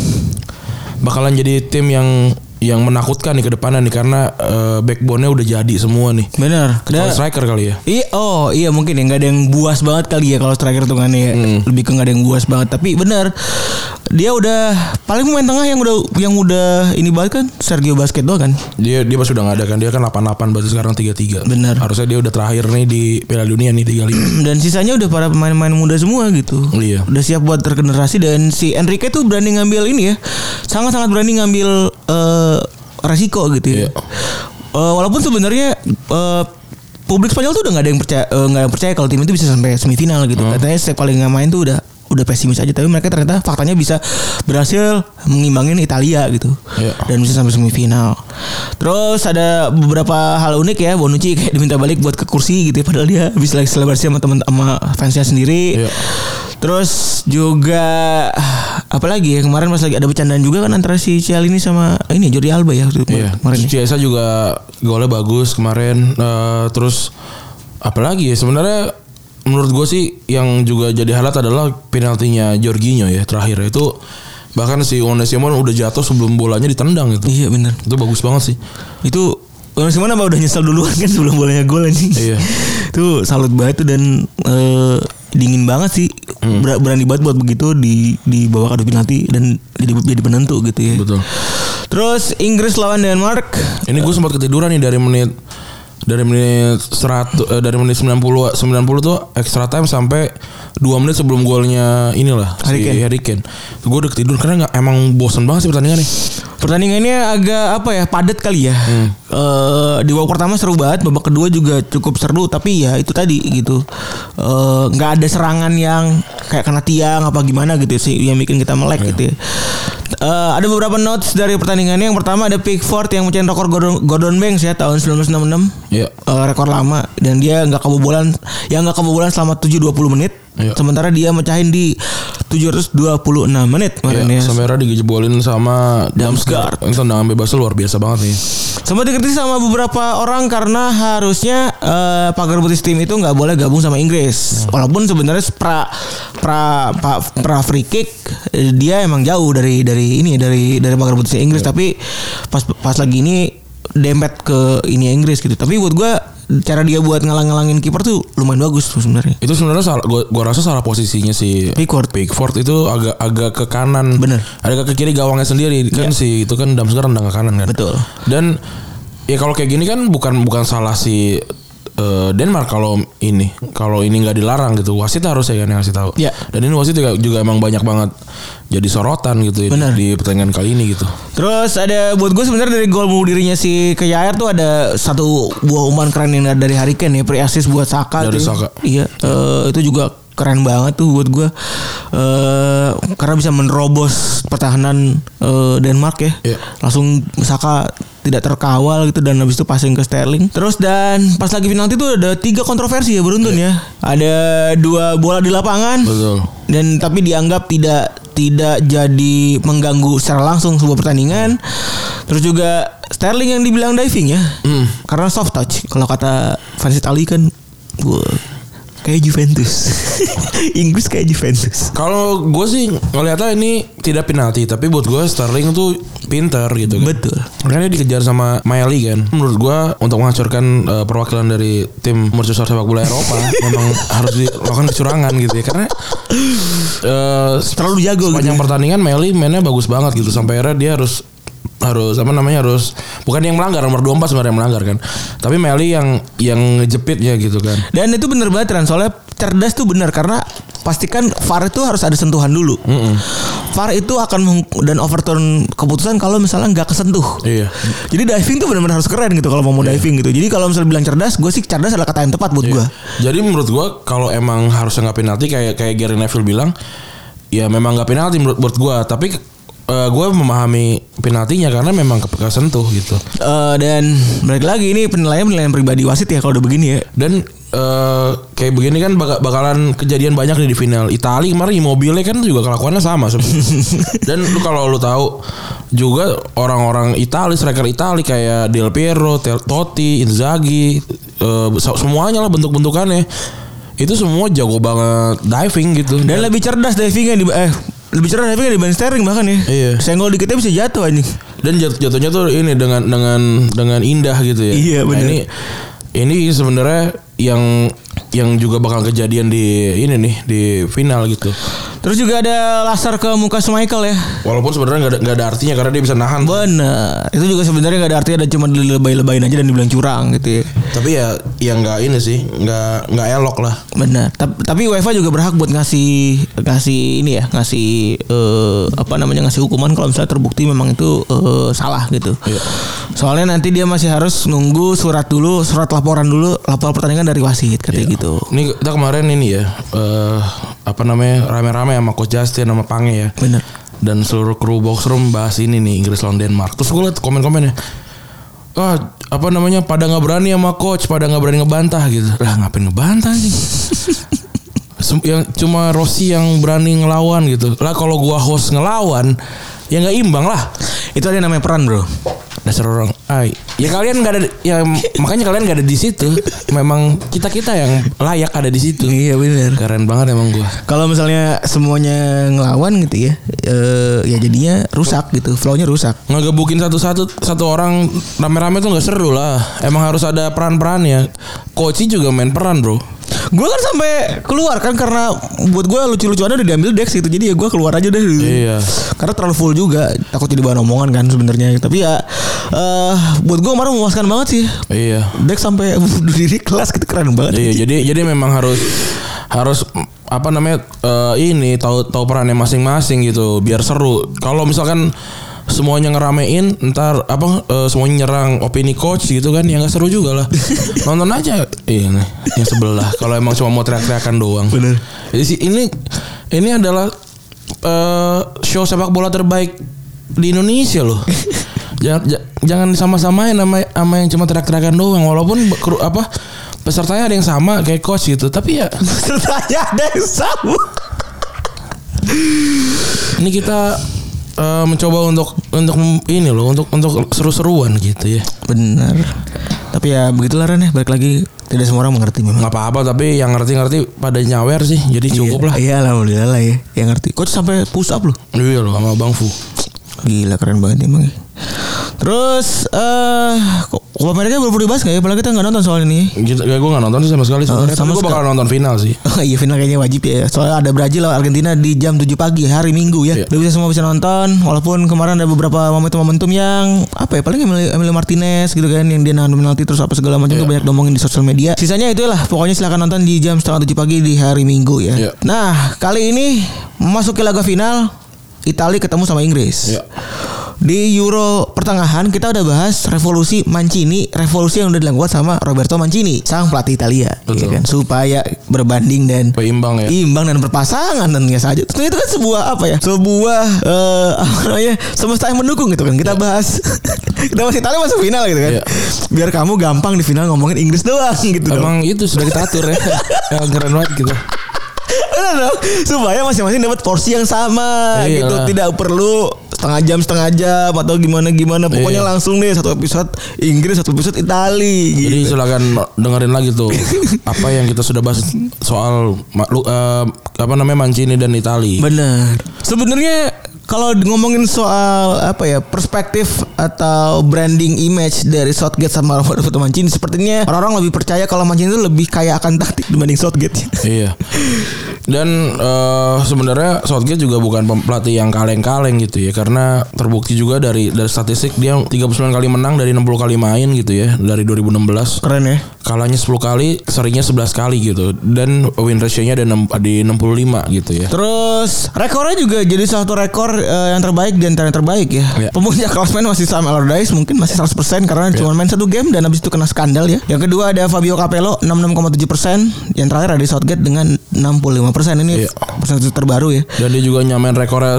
bakalan jadi tim yang yang menakutkan nih ke depannya nih karena uh, backbone-nya udah jadi semua nih. Benar. Kalau striker kali ya. Iya, oh iya mungkin ya nggak ada yang buas banget kali ya kalau striker hitungannya ya. Hmm. Lebih ke nggak ada yang buas banget. Tapi benar, dia udah paling pemain tengah yang udah yang udah ini banget kan Sergio Busquets doang kan. Dia dia pas udah nggak ada kan, dia kan delapan delapan berarti sekarang tiga tiga. Benar. Harusnya dia udah terakhir nih di Piala Dunia nih tiga lima. Dan sisanya udah para pemain-pemain muda semua gitu. Iya. Udah siap buat regenerasi dan si Enrique tuh berani ngambil ini ya. Sangat-sangat berani ngambil uh, resiko gitu ya. Yeah. Uh, walaupun sebenarnya uh, publik Spanyol tuh udah nggak ada yang percaya nggak uh, yang percaya kalau tim itu bisa sampai semifinal gitu. Hmm. Katanya setiap kali nggak main tuh udah udah pesimis aja. Tapi mereka ternyata faktanya bisa berhasil mengimbangin Italia gitu. Yeah. Dan bisa sampai semifinal. Terus ada beberapa hal unik ya. Bonucci kayak diminta balik buat ke kursi gitu ya, padahal dia habis lagi selebrasi sama teman sama fansnya sendiri. Yeah. Terus juga apa lagi ya, kemarin pas lagi ada bercandaan juga kan antara si Cialini sama ini Jordi Alba ya iya. Kemarin. Ciesa juga golnya bagus kemarin. Uh, terus apa lagi ya sebenarnya menurut gue sih yang juga jadi highlight adalah penaltinya Jorginho ya terakhir itu, bahkan si Unai Simon udah jatuh sebelum bolanya ditendang itu. Iya benar. Itu bagus banget sih. Itu Unai Simon apa udah nyesel duluan kan sebelum bolanya gol anjing. Iya. Itu salut banget tuh dan uh, dingin banget sih. Hmm. Berani banget buat begitu di dibawa ke adu penalti dan jadi jadi penentu gitu ya. Betul. Terus Inggris lawan Denmark. Ini gue sempat ketiduran nih dari menit dari menit seratus eh, dari menit sembilan puluh sembilan puluh tuh extra time sampai dua menit sebelum golnya inilah si Harry Kane. Gue udah ketidur karena nggak emang bosen banget sih pertandingan nih. Pertandingannya agak apa ya, padat kali ya. Hmm. Uh, di babak pertama seru banget, babak kedua juga cukup seru, tapi ya itu tadi gitu. Nggak uh, ada serangan yang kayak kena tiang apa gimana gitu sih yang bikin kita melek yeah. gitu ya. Uh, ada beberapa notes dari pertandingannya. Yang pertama ada Pickford yang mencetak rekor Gordon, Gordon Banks ya tahun seribu sembilan ratus enam puluh enam. Yeah. Uh, rekor lama dan dia nggak kebobolan, yang nggak kebobolan selama tujuh ratus dua puluh menit. Yeah. Sementara dia mecahin di tujuh ratus dua puluh enam menit kemarin yeah, ya. Samera dijebolin sama Damsgaard. Tendangan bebasnya luar biasa banget nih. Sempat dikritik sama beberapa orang karena harusnya uh, pagar putih tim itu nggak boleh gabung sama Inggris. Hmm. Walaupun sebenarnya pra pra pra, pra free kick dia emang jauh dari dari ini dari dari pagar putih Inggris, yeah. Tapi pas pas lagi ini dempet ke ini Inggris gitu. Tapi buat gue cara dia buat ngalang-ngalangin kiper tuh lumayan bagus tuh sebenarnya. Itu sebenarnya salah, gua, gua rasa salah posisinya si Pickford. Pickford itu agak agak ke kanan. Bener. Agak ke kiri gawangnya sendiri kan, yeah. Si itu kan Damsgaard rendang ke kanan kan. Betul. Dan ya kalau kayak gini kan bukan bukan salah si uh, Denmark kalau ini kalau ini nggak dilarang gitu. Wasit harus ya kan yang ngasih tahu. Yeah. Dan ini wasit juga, juga emang banyak banget jadi sorotan gitu ya, di pertandingan kali ini gitu. Terus ada buat gue sebenarnya dari gol bunuh dirinya si Kjaer tuh ada satu buah umpan keren yang dari Harry Kane ya, pre assist buat Saka. Dari tuh. Saka. Iya, uh, itu juga keren banget tuh buat gue. Uh, karena bisa menerobos pertahanan uh, Denmark ya. Yeah. Langsung Saka tidak terkawal gitu dan habis itu passing ke Sterling. Terus dan pas lagi penalti tuh ada tiga kontroversi ya beruntun yeah. ya. Ada dua bola di lapangan. Betul. Dan tapi dianggap tidak tidak jadi mengganggu secara langsung sebuah pertandingan. Terus juga Sterling yang dibilang diving ya. Mm. Karena soft touch. Kalau kata fans Italia kan gua kayak Juventus. Inggris kayak Juventus. Kalau gue sih ngeliatnya ini tidak penalti, tapi buat gue Sterling tuh pintar gitu kan. Betul. Karena dia dikejar sama Miley kan. Menurut gue untuk menghancurkan uh, perwakilan dari tim mercusuar sepak bola Eropa memang harus dilakukan kecurangan gitu ya. Karena uh, terlalu jago sepanjang gitu. Pertandingan Miley mainnya bagus banget gitu sampai akhirnya dia harus harus apa namanya harus bukan yang melanggar, nomor dua puluh empat sebenarnya yang melanggar kan, tapi Meli yang yang ngejepitnya gitu kan. Dan itu bener banget Ran, soalnya cerdas tuh bener karena pastikan V A R itu harus ada sentuhan dulu. Mm-mm. V A R itu akan meng- dan overturn keputusan kalau misalnya nggak kesentuh. Iya. Jadi diving tuh benar-benar harus keren gitu kalau mau mau iya. diving gitu. Jadi kalau misalnya bilang cerdas, gue sih cerdas adalah kata yang tepat buat iya. gue. Jadi menurut gue kalau emang harusnya nggak penalti kayak kayak Gary Neville bilang, ya memang nggak penalti menurut, menurut gue. Tapi uh, gue memahami penaltinya karena memang kesentuh gitu. Uh, dan balik lagi ini penilaian penilaian pribadi wasit ya kalau udah begini ya. Dan uh, kayak begini kan bak- bakalan kejadian banyak nih di final. Italia kemarin Immobile kan juga kelakuannya sama sebenarnya. Dan lu kalau lu tahu juga orang-orang Italia, striker Italia kayak Del Piero, Totti, Inzaghi, uh, semuanya lah bentuk-bentukannya itu semua jago banget diving gitu. Dan, dan lebih cerdas divingnya di eh lebih cerdas divingnya dibanding Sterling bahkan ya. Iya. Senggol dikitnya bisa jatuh anjing. Dan jat- jatuhnya tuh ini dengan dengan dengan indah gitu ya. Iya benar. Nah, ini ini sebenarnya yang yang juga bakal kejadian di ini nih di final gitu. Terus juga ada laser ke muka Schmeichel ya. Walaupun sebenarnya nggak ada nggak ada artinya karena dia bisa nahan. Bener. Itu juga sebenarnya nggak ada artinya dan cuma dilebay-lebayin aja dan dibilang curang gitu ya. Tapi ya yang nggak ini sih nggak nggak elok lah. Benar. Tapi, tapi UEFA juga berhak buat ngasih ngasih ini ya ngasih uh, apa namanya ngasih hukuman kalau misalnya terbukti memang itu uh, salah gitu. Iya. Soalnya nanti dia masih harus nunggu surat dulu surat laporan dulu laporan pertandingan dari wasit katanya Iya. gitu. Ini kita kemarin ini ya uh, apa namanya rame-rame sama Coach Justin sama Pange ya. Bener. Dan seluruh kru box room bahas ini nih Inggris lawan Denmark. Terus gue liat komen-komennya. Ah, apa namanya pada nggak berani sama coach, pada nggak berani ngebantah gitu. Lah ngapain ngebantah sih? Yang cuma Rossi yang berani ngelawan gitu. Lah kalau gua host ngelawan, ya nggak imbang lah. Itu ada namanya peran bro. Dasar orang, ay, ya kalian nggak ada, ya makanya kalian nggak ada di situ. Memang kita kita yang layak ada di situ. Iya benar. Keren banget emang gua. Kalau misalnya semuanya ngelawan gitu ya, eh, ya jadinya rusak gitu, flownya rusak. Ngegebukin satu-satu satu orang rame-rame tuh nggak seru lah. Emang harus ada peran-perannya. Coach juga main peran bro. Gue kan sampai keluar kan karena buat gue lucu-lucuannya udah diambil Dex gitu, jadi ya gue keluar aja deh. Iya. Karena terlalu full juga, takut jadi bahan omongan kan sebenarnya. Tapi ya, uh, buat gue kemarin memuaskan banget sih. Iya. Dex sampai bunuh diri kelas gitu keren banget. Iya. Jadi jadi memang harus harus apa namanya uh, ini tahu tahu perannya masing-masing gitu biar seru. Kalau misalkan semuanya ngeramein ntar apa uh, semuanya nyerang opini coach gitu kan ya nggak seru juga lah. Nonton aja iya nih yang sebelah kalau emang cuma mau teriak-teriakan doang. Bener. Jadi sih ini ini adalah uh, show sepak bola terbaik di Indonesia loh. jangan j- jangan sama-samain sama sama yang cuma teriak-teriakan doang walaupun kru, apa pesertanya ada yang sama kayak coach gitu tapi ya Pesertanya ada yang sama. Ini kita Uh, mencoba untuk untuk ini loh untuk untuk seru-seruan gitu ya. Benar. Tapi ya begitulah Ren ya, balik lagi tidak semua orang mengerti memang. Nggak apa-apa tapi yang ngerti-ngerti pada nyawer sih jadi cukup lah. Iya alhamdulillah lah ya yang ngerti. Coach sampai push up loh. Iya loh sama Bang Fu. Gila keren banget emang. Terus eh uh, Copa America baru dibahas nggak ya? Padahal kita nggak nonton soal ini. Gitu, ya gue nggak nonton sih sama sekali. Oh, sama gue bakal nonton final sih. Oh iya final kayaknya wajib ya. Soalnya ada Brazil lawan Argentina di jam tujuh pagi hari Minggu ya. Iya. Udah bisa semua bisa nonton. Walaupun kemarin ada beberapa momentum-momentum yang apa ya? Paling Emilio, Emilio Martinez gitu kan yang dia nahan penalti terus apa segala macam Iya. tuh banyak ngomongin di sosial media. Sisanya itulah. Pokoknya silakan nonton di jam setengah tujuh pagi di hari Minggu ya. Iya. Nah kali ini memasuki laga final Italia ketemu sama Inggris. Iya. Di Euro pertengahan kita udah bahas revolusi Mancini, revolusi yang udah dilakukan sama Roberto Mancini, sang pelatih Italia, ya kan, supaya berbanding dan Berimbang ya. imbang dan berpasangan tentunya saja. Tentunya itu kan sebuah apa ya? Sebuah uh, apa namanya? Semesta yang mendukung gitu kan. Kita bahas kita bahas Italia masuk final gitu kan. Iya. Biar kamu gampang di final ngomongin Inggris doang gitu. Emang itu sudah kita atur ya. Ya keren banget gitu. Benar dong. Supaya masing-masing dapat porsi yang sama. Iyalah. Gitu. Tidak perlu setengah jam setengah jam atau gimana gimana. Pokoknya Iya. langsung deh satu episode Inggris satu episode Itali. Gitu. Jadi silakan dengerin lagi tuh apa yang kita sudah bahas soal uh, apa namanya Mancini dan Italia. Benar. Sebenarnya kalau ngomongin soal apa ya perspektif atau branding image dari Southgate sama Roberto Mancini, sepertinya orang-orang lebih percaya kalau Mancini itu lebih kaya akan taktik dibanding Southgate. Iya. Dan uh, sebenarnya Southgate juga bukan pelatih yang kaleng-kaleng gitu ya, karena terbukti juga dari dari statistik dia tiga puluh sembilan kali menang dari enam puluh kali main gitu ya dari dua ribu enam belas. Keren ya. Kalahnya sepuluh kali, seringnya sebelas kali gitu. Dan win ratio-nya ada di enam puluh lima gitu ya. Terus rekornya juga jadi salah satu rekor uh, yang terbaik di antara yang terbaik ya. Ya. Pemuncak klasemen masih Sam Allardyce mungkin masih seratus persen karena Ya. cuma main satu game dan habis itu kena skandal ya. Yang kedua ada Fabio Capello enam puluh enam koma tujuh persen. Yang terakhir ada Southgate dengan enam puluh lima persen. Ini Ya. persentase terbaru ya. Dan dia juga nyamain rekornya Sil-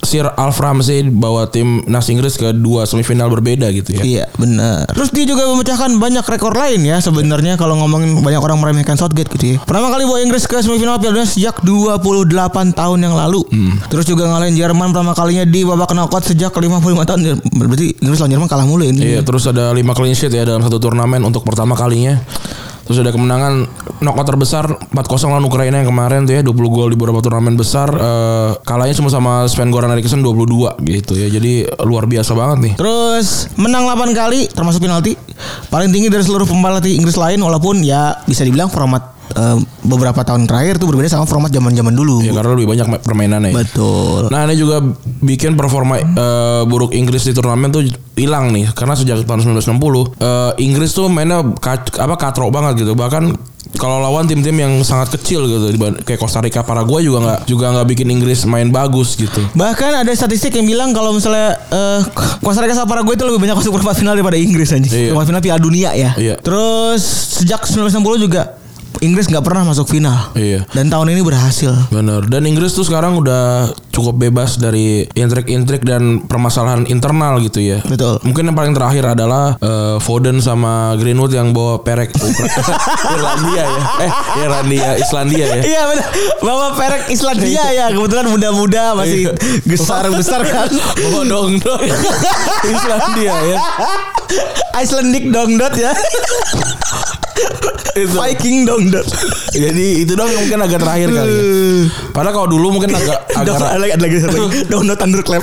Sir Alf Ramsey bawa tim Nas Inggris ke dua semifinal berbeda gitu ya. Iya benar. Terus dia juga memecahkan banyak rekor lain ya sebenarnya kalau ngomongin banyak orang meremehkan Southgate gitu ya. Pertama kali bawa Inggris ke semifinal Piala Dunia sejak dua puluh delapan tahun yang lalu. Hmm. Terus juga ngalahin Jerman pertama kalinya di babak knockout sejak lima puluh lima tahun. Berarti Inggris lawan Jerman kalah mulu ini. Iya, terus ada lima clean sheet ya dalam satu turnamen untuk pertama kalinya. Terus ada kemenangan knockout terbesar empat kosong lawan Ukraina yang kemarin tuh ya, dua puluh gol di beberapa turnamen besar. Uh, kalahnya cuma sama Sven-Goran Eriksson dua puluh dua gitu ya. Jadi luar biasa banget nih. Terus menang delapan kali termasuk penalti. Paling tinggi dari seluruh pelatih Inggris lain, walaupun ya bisa dibilang format Uh, beberapa tahun terakhir tuh berbeda sama format zaman-zaman dulu. Ya karena lebih banyak permainannya. Betul. Nah ini juga bikin performa uh, buruk Inggris di turnamen tuh hilang nih, karena sejak tahun sembilan belas enam puluh uh, Inggris tuh mainnya kat, apa katrok banget gitu. Bahkan kalau lawan tim-tim yang sangat kecil gitu kayak Costa Rica, Paraguay juga nggak juga nggak bikin Inggris main bagus gitu. Bahkan ada statistik yang bilang kalau misalnya uh, Costa Rica sama Paraguay itu lebih banyak masuk perempat final daripada Inggris aja. Iya. Perempat final Piala Dunia ya. Iya. Terus sejak sembilan belas enam puluh juga Inggris nggak pernah masuk final. Iya. Dan tahun ini berhasil. Benar. Dan Inggris tuh sekarang udah cukup bebas dari intrik-intrik dan permasalahan internal gitu ya. Betul. Mungkin yang paling terakhir adalah uh, Foden sama Greenwood yang bawa perek Irlandia ya. Eh, Irlandia, Islandia ya. Iya benar. Bawa perek Islandia ya. Kebetulan muda-muda masih besar-besar kan. Bawa dong-dong. Islandia ya. Icelandic dongdot ya. Viking dongdot. Jadi itu dong mungkin agak terakhir kali ya. Padahal kalau dulu mungkin agak agak ada lagi ada lagi dongdot thunderclap.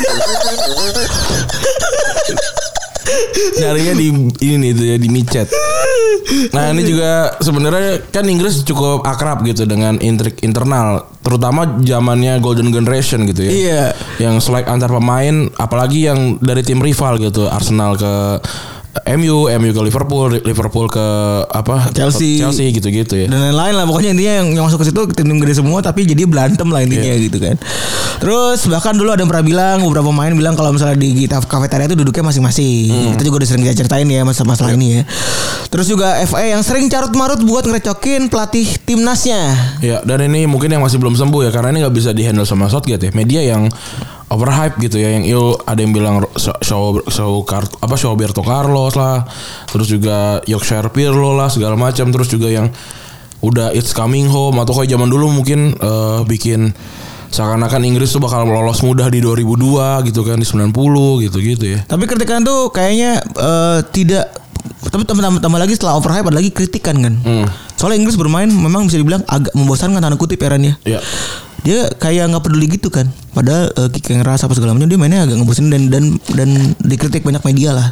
Nyarinya di ini nih itu ya, di micet. Nah ini juga sebenarnya kan Inggris cukup akrab gitu dengan intrik internal, terutama zamannya Golden Generation gitu ya. Iya. Yang selek antar pemain, apalagi yang dari tim rival gitu, Arsenal ke M U, M U ke Liverpool, Liverpool ke apa Chelsea, Chelsea gitu-gitu ya. Dan lain-lain lah, pokoknya intinya yang, yang masuk ke situ tim-tim gede semua, tapi jadi berantem lah intinya yeah. gitu kan. Terus bahkan dulu ada yang pernah bilang, beberapa pemain bilang kalau misalnya di kafetaria itu duduknya masing-masing. Hmm. Kita juga udah sering kita ceritain ya masalah-masalah yeah. ini ya. Terus juga F A yang sering carut-marut buat ngerecokin pelatih timnasnya. Ya, dan ini mungkin yang masih belum sembuh ya, karena ini nggak bisa dihandle sama Southgate ya. Media yang overhype gitu ya, yang il ada yang bilang show show, show apa show Roberto Carlos lah, terus juga Yorkshire Pirlo lah segala macam, terus juga yang udah It's Coming Home, atau kayak zaman dulu mungkin uh, bikin seakan-akan Inggris tuh bakal lolos mudah di dua ribu dua gitu kan, di sembilan puluh gitu-gitu ya. Tapi kritikan tuh kayaknya uh, tidak, tapi tambah-tambah lagi setelah overhype ada lagi kritikan kan. Hmm. Soalnya Inggris bermain memang bisa dibilang agak membosankan tanda kutip erannya. Iya. Dia kayak nggak peduli gitu kan, padahal uh, kick yang keras apa segala macam dia mainnya agak ngebosenin dan dan dan dikritik banyak media lah.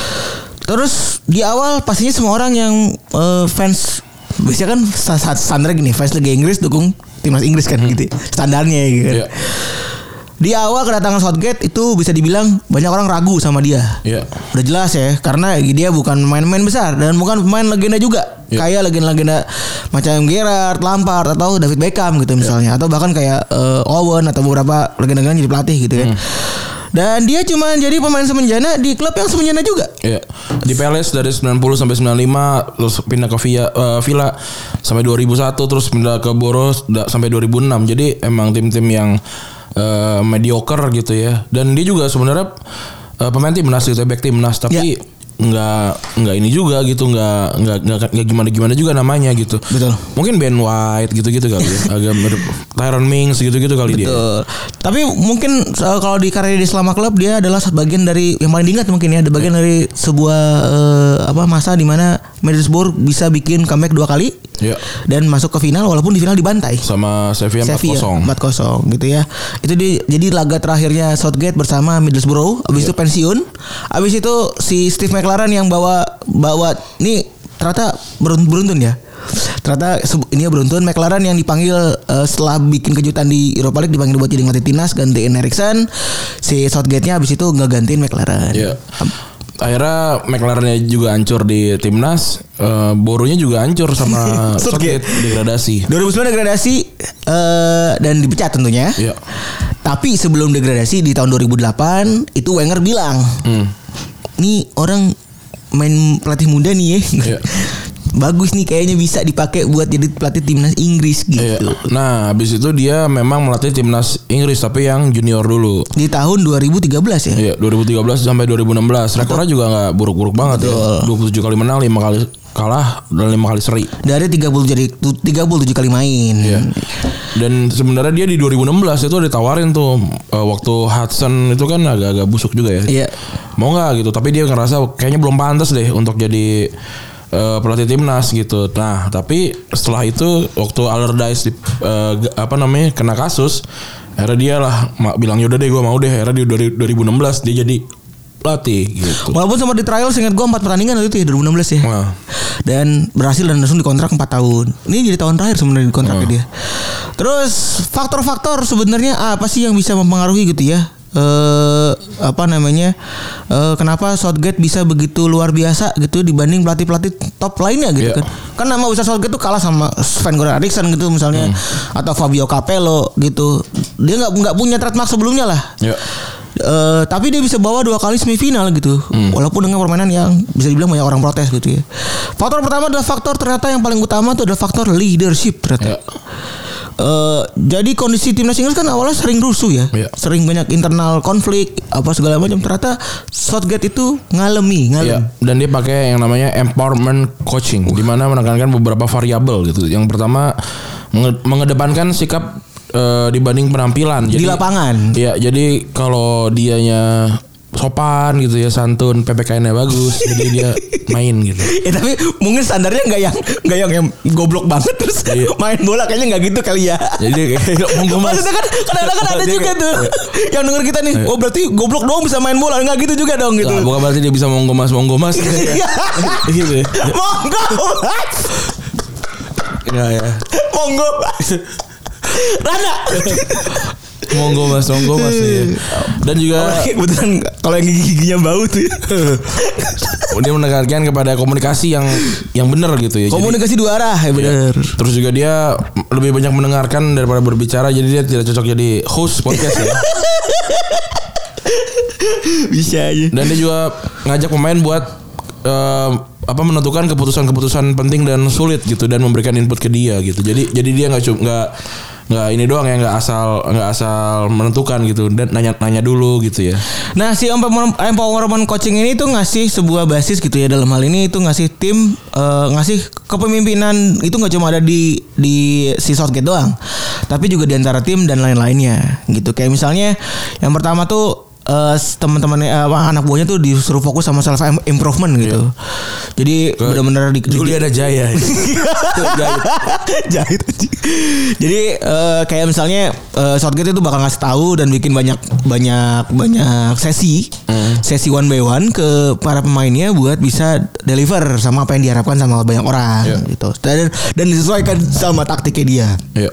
Terus di awal pastinya semua orang yang uh, fans biasanya kan standar gini, fans Liga Inggris dukung timnas Inggris kan hmm. gitu standarnya gitu kan. Yeah. Di awal kedatangan Southgate itu bisa dibilang banyak orang ragu sama dia. Yeah. Udah jelas ya, karena dia bukan main-main besar dan bukan pemain legenda juga. Yeah. Kayak legenda-legenda macam Gerrard, Lampard atau David Beckham gitu misalnya, yeah. atau bahkan kayak uh, Owen atau beberapa legenda-legenda jadi pelatih gitu kan. Hmm. Dan dia cuma jadi pemain semenjana di klub yang semenjana juga. Iya. Di Palace dari sembilan puluh sampai sembilan puluh lima, terus pindah ke Villa, uh, Villa sampai dua ribu satu, terus pindah ke Boros sampai dua ribu enam. Jadi emang tim-tim yang uh, mediocre gitu ya. Dan dia juga sebenarnya uh, pemain timnas gitu, back timnas, tapi ya. nggak nggak ini juga gitu, nggak nggak nggak gimana gimana juga namanya gitu. Betul. Mungkin Ben White gitu-gitu kali ya. Agak mirip Tyrone Mings gitu-gitu kali. Betul. Dia. Tapi mungkin uh, kalau di karir di selama klub dia adalah bagian dari yang paling diingat mungkin ya, ada bagian dari sebuah uh, apa masa di mana Middlesbrough bisa bikin comeback dua kali. Ya. Dan masuk ke final walaupun di final dibantai sama Sevilla empat kosong gitu ya. Itu di, jadi laga terakhirnya Southgate bersama Middlesbrough. Abis ya. itu pensiun. Abis itu si Steve McLaren yang bawa bawa nih ternyata beruntun ya. Ternyata ini ya beruntun, McLaren yang dipanggil uh, setelah bikin kejutan di Europa League dipanggil buat jadi ngelatih timnas, gantiin Eriksen. Si Southgate-nya abis itu nggak gantiin McLaren. Ya. Akhirnya McLaren-nya juga hancur di timnas, uh, Borunya juga hancur sama Southgate, degradasi. dua ribu sembilan degradasi uh, dan dipecat tentunya. Iya. Tapi sebelum degradasi di tahun dua ribu delapan itu Wenger bilang, hmm. nih orang main pelatih muda nih ya. Iya. bagus nih kayaknya bisa dipakai buat jadi pelatih timnas Inggris gitu. Iya. Nah, habis itu dia memang melatih timnas Inggris tapi yang junior dulu. Di tahun dua ribu tiga belas ya? Iya, dua ribu tiga belas sampai dua ribu enam belas. Rekornya juga enggak buruk-buruk banget. Betul. Ya. dua puluh tujuh kali menang, lima kali kalah dan lima kali seri. Dari tiga puluh jadi tiga puluh tujuh kali main. Iya. Dan sebenarnya dia di dua ribu enam belas itu ditawarin tuh uh, waktu Hudson itu kan agak-agak busuk juga ya. Iya. Mau nggak gitu, tapi dia ngerasa kayaknya belum pantas deh untuk jadi uh, pelatih timnas gitu. Nah, tapi setelah itu waktu Allardyce di, uh, apa namanya kena kasus, akhirnya dia lah bilang yaudah deh gue mau deh. Akhirnya di dua ribu enam belas dia jadi pelatih gitu. Walaupun sempat di trial seingat gue empat pertandingan waktu itu ya dua ribu enam belas ya. Nah. Dan berhasil dan langsung dikontrak empat tahun. Ini jadi tahun terakhir sebenarnya dikontraknya nah. dia. Terus faktor-faktor sebenarnya apa sih yang bisa mempengaruhi gitu ya? Eh, apa namanya? Eh, kenapa Southgate bisa begitu luar biasa gitu dibanding pelatih-pelatih top lainnya gitu yeah. kan? Kan nama besar Southgate tuh kalah sama Sven-Goran Eriksson gitu misalnya hmm. atau Fabio Capello gitu. Dia nggak nggak punya trademark sebelumnya lah. Yeah. Uh, tapi dia bisa bawa dua kali semifinal gitu, hmm. walaupun dengan permainan yang bisa dibilang banyak orang protes gitu ya. Faktor pertama adalah faktor ternyata yang paling utama itu adalah faktor leadership ternyata. Ya. Uh, jadi kondisi timnas Inggris kan awalnya sering rusuh ya, ya. sering banyak internal konflik apa segala macam. Ternyata Southgate itu ngalemi, ngalem. Ya. Dan dia pakai yang namanya empowerment coaching, uh. di mana menekankan beberapa variabel gitu. Yang pertama mengedepankan sikap Uh, dibanding penampilan di jadi, lapangan. Iya, jadi kalau dianya sopan gitu ya, santun, P P K N-nya bagus, jadi dia main gitu. Ya tapi mungkin standarnya nggak yang nggak yang, yang goblok banget terus iya. main bola kayaknya nggak gitu kali ya. Jadi kayak monggo mas. Maksudnya kan kadang-kadang ada juga tuh iya. yang denger kita nih, oh berarti goblok doang bisa main bola, nggak gitu juga dong gitu. Nah, bukan berarti dia bisa monggo mas, monggo mas. Gitu. Monggo mas. Ya ya. Monggo mas. Rana. Monggo mas, monggo mas ya. Dan juga oh, betulan kalau yang gigi-giginya bau tuh. Dia menekankan kepada komunikasi yang yang benar gitu ya. Komunikasi jadi, dua arah ya benar. Ya. Terus juga dia lebih banyak mendengarkan daripada berbicara, jadi dia tidak cocok jadi host podcast ya. Bisa aja. Dan dia juga ngajak pemain buat uh, apa menentukan keputusan-keputusan penting dan sulit gitu dan memberikan input ke dia gitu. Jadi jadi dia nggak cuma nggak nggak ini doang ya, nggak asal nggak asal menentukan gitu dan nanya-nanya dulu gitu ya. Nah si empowerment coaching ini tuh ngasih sebuah basis gitu ya, dalam hal ini itu ngasih tim uh, ngasih kepemimpinan itu nggak cuma ada di di si Southgate doang, tapi juga di antara tim dan lain-lainnya gitu. Kayak misalnya yang pertama tuh Uh, teman-teman uh, anak buahnya tuh disuruh fokus sama self improvement gitu. Yeah. Jadi benar-benar di Juliana Jaya. Jahit. Jahit. Jadi uh, kayak misalnya uh, Southgate itu bakal ngasih tahu dan bikin banyak banyak banyak sesi, mm. sesi one by one ke para pemainnya buat bisa deliver sama apa yang diharapkan sama banyak orang yeah. gitu. Dan dan disesuaikan sama taktiknya dia. Yeah.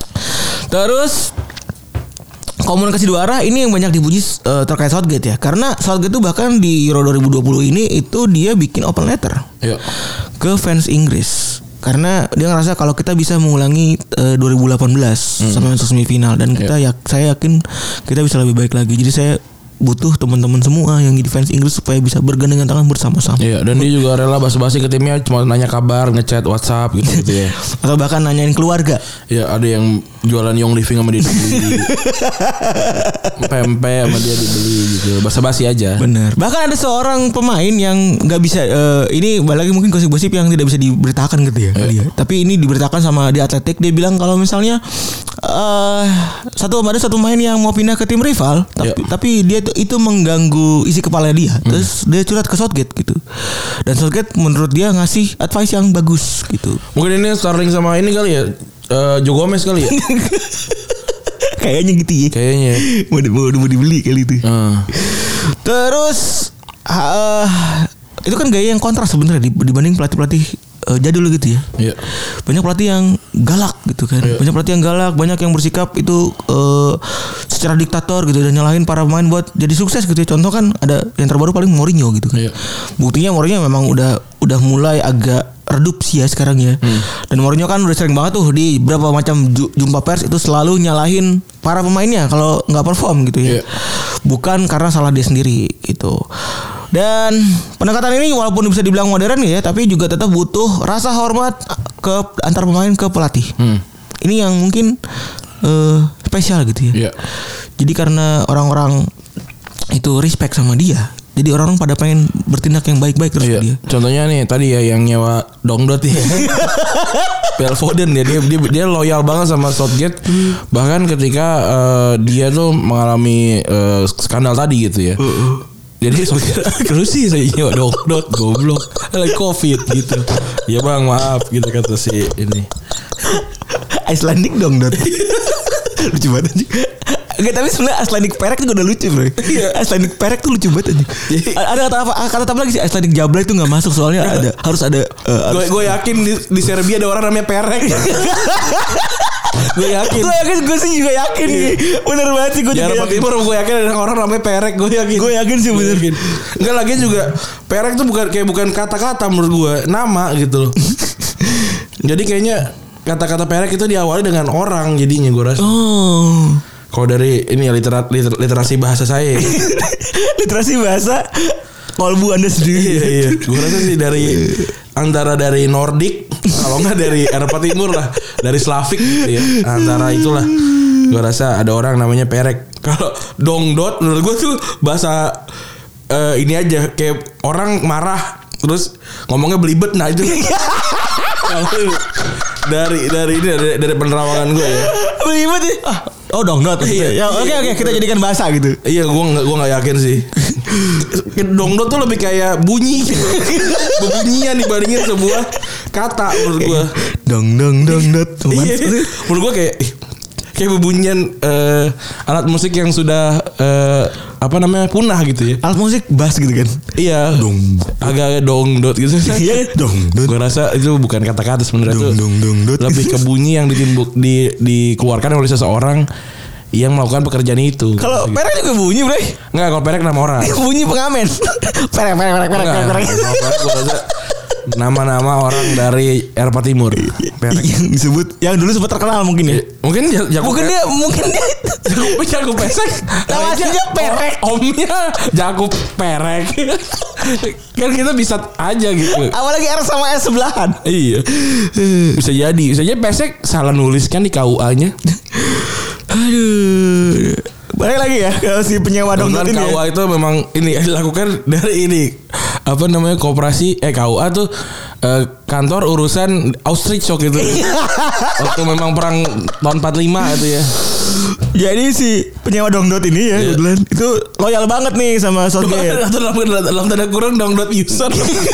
Terus komunikasi dua arah ini yang banyak dipuji uh, terkait Southgate ya. Karena Southgate itu bahkan di Euro dua ribu dua puluh ini itu dia bikin open letter ya. ke fans Inggris. Karena dia ngerasa kalau kita bisa mengulangi uh, dua ribu delapan belas hmm. sampai masuk semifinal dan kita ya. ya saya yakin kita bisa lebih baik lagi. Jadi saya butuh teman-teman semua yang di fans Inggris supaya bisa bergandengan tangan bersama-sama. Iya, dan dia juga rela basa-basi ke timnya, cuma nanya kabar, ngechat WhatsApp gitu gitu ya. Atau bahkan nanyain keluarga. Iya, ada yang jualan Young Living sama dia dibeli. Pempek sama dia dibeli gitu. Basa-basi aja. Bener. Bahkan ada seorang pemain yang enggak bisa uh, ini balik lagi mungkin gosip-gosip yang tidak bisa diberitakan gitu ya. Iya. Tapi ini diberitakan sama di Atletik, dia bilang kalau misalnya uh, satu ada satu pemain yang mau pindah ke tim rival, tapi, yeah. tapi dia itu, itu mengganggu isi kepala dia. Hmm. Terus dia curhat ke Southgate gitu. Dan Southgate menurut dia ngasih advice yang bagus gitu. Mungkin ini Sterling sama ini kali ya, uh, Joe Gomez kali ya. Kayaknya gitu ya. Kayaknya mau, mau, mau dibeli kali itu. Uh. Terus uh, itu kan gaya yang kontras sebenarnya dibanding pelatih-pelatih uh, jadul gitu ya. Yeah. Banyak pelatih yang galak gitu kan. Yeah. Banyak pelatih yang galak, banyak yang bersikap itu uh, secara diktator gitu dan nyalahin para pemain buat jadi sukses gitu ya. Contoh kan ada yang terbaru paling Mourinho gitu kan. Yeah. Buktinya Mourinho memang udah udah mulai agak redup sih ya sekarang ya. Hmm. Dan Mourinho kan udah sering banget tuh di berapa macam jumpa pers itu selalu nyalahin para pemainnya kalau nggak perform gitu ya. Yeah. Bukan karena salah dia sendiri gitu. Dan pendekatan ini walaupun bisa dibilang modern ya, tapi juga tetap butuh rasa hormat ke antar pemain ke pelatih. Hmm. Ini yang mungkin uh, spesial gitu ya. Yeah. Jadi karena orang-orang itu respect sama dia, jadi orang-orang pada pengen bertindak yang baik-baik terus yeah. dia. Contohnya nih tadi ya yang nyewa Dongdot ya. Phil Foden ya, dia, dia dia loyal banget sama Southgate. Hmm. Bahkan ketika uh, dia tuh mengalami uh, skandal tadi gitu ya. Uh, uh. Jadi terus sih saya nyewa Dongdot goblok lagi covid gitu. Ya bang maaf gitu kata si ini Icelandic Dongdot. Lucu banget aja. Oke, tapi sebenarnya Icelandic Perek juga udah lucu bro. Icelandic Perek tuh lucu banget aja. Ada kata apa? Kata apa lagi sih? Icelandic Jabla itu nggak masuk soalnya ada harus ada. Uh, gue yakin di, di Serbia ada orang namanya Perek. Gue yakin. Gue yakin, gue sih juga yakin nih. Bener banget sih gue juga yakin. Timur gue yakin ada orang namanya Perek. Gue yakin. Gue yakin sih bener. Enggak lagi juga Perek tuh bukan kayak bukan kata-kata menurut gue, nama gitu loh. Jadi kayaknya kata-kata Perek itu diawali dengan orang jadinya gue rasa. Oh. Kalau dari ini ya literat, liter, literasi bahasa saya. Literasi bahasa kolbu Anda sendiri. Iya, iya. Gue rasa sih dari antara dari Nordik, kalau nggak dari Eropa Timur lah, dari Slavik gitu ya. Antara itulah. Gue rasa ada orang namanya Perek. Kalau Dongdot menurut gue tuh bahasa uh, ini aja kayak orang marah terus ngomongnya belibet, nah itu. dari dari ini dari, dari penerawangan gue ya. Belibet ya. Ah, oh Dongdot. Iya. Ya oke oke kita jadikan bahasa gitu. Iya, gue nggak gue nggak yakin sih. Dongdot tuh lebih kayak bunyi, bebunyian dibandingin sebuah kata menurut gue. Dong dong dongdot. Iya. Menurut gue kayak kayak bebunyian uh, alat musik yang sudah uh, apa namanya punah gitu ya. Alat musik bass gitu kan. Iya. Dong. Agak dongdot gitu. Iya. Dongdot. Gue rasa itu bukan kata-kata sebenarnya itu. Dong dongdot. Lebih ke bunyi yang ditimbuk di dikeluarkan oleh seseorang yang melakukan pekerjaan itu. Kalau gitu. Perek juga bunyi, Bro. Enggak, kalau Perek nama orang. Bunyi pengamen. Perek perek perek perek perek. Gue rasa nama-nama orang dari Eropa Timur. Perek. Yang disebut yang dulu sempat terkenal mungkin ya. Mungkin Jakub. Mungkin dia mungkin dia Jakub Jakub Pesek. Nama aslinya Perek. Omnya Jakub Perek. Kan kita bisa aja gitu. Apalagi R sama S sebelahan. Iya. Bisa jadi. Bisa jadi Pesek salah nulis kan di K U A-nya. Aduh. Balik lagi ya kalau si penyewa Dongdot ini. K U A ya. Itu memang ini dilakukan dari ini apa namanya koperasi eh K U A tuh eh, kantor urusan Auschwitz gitu. Waktu memang perang tahun empat puluh lima itu ya. Jadi si penyewa Dongdot ini ya, yeah. Itu loyal banget nih sama Southgate. Dalam, dalam tanda kurung Dongdot user.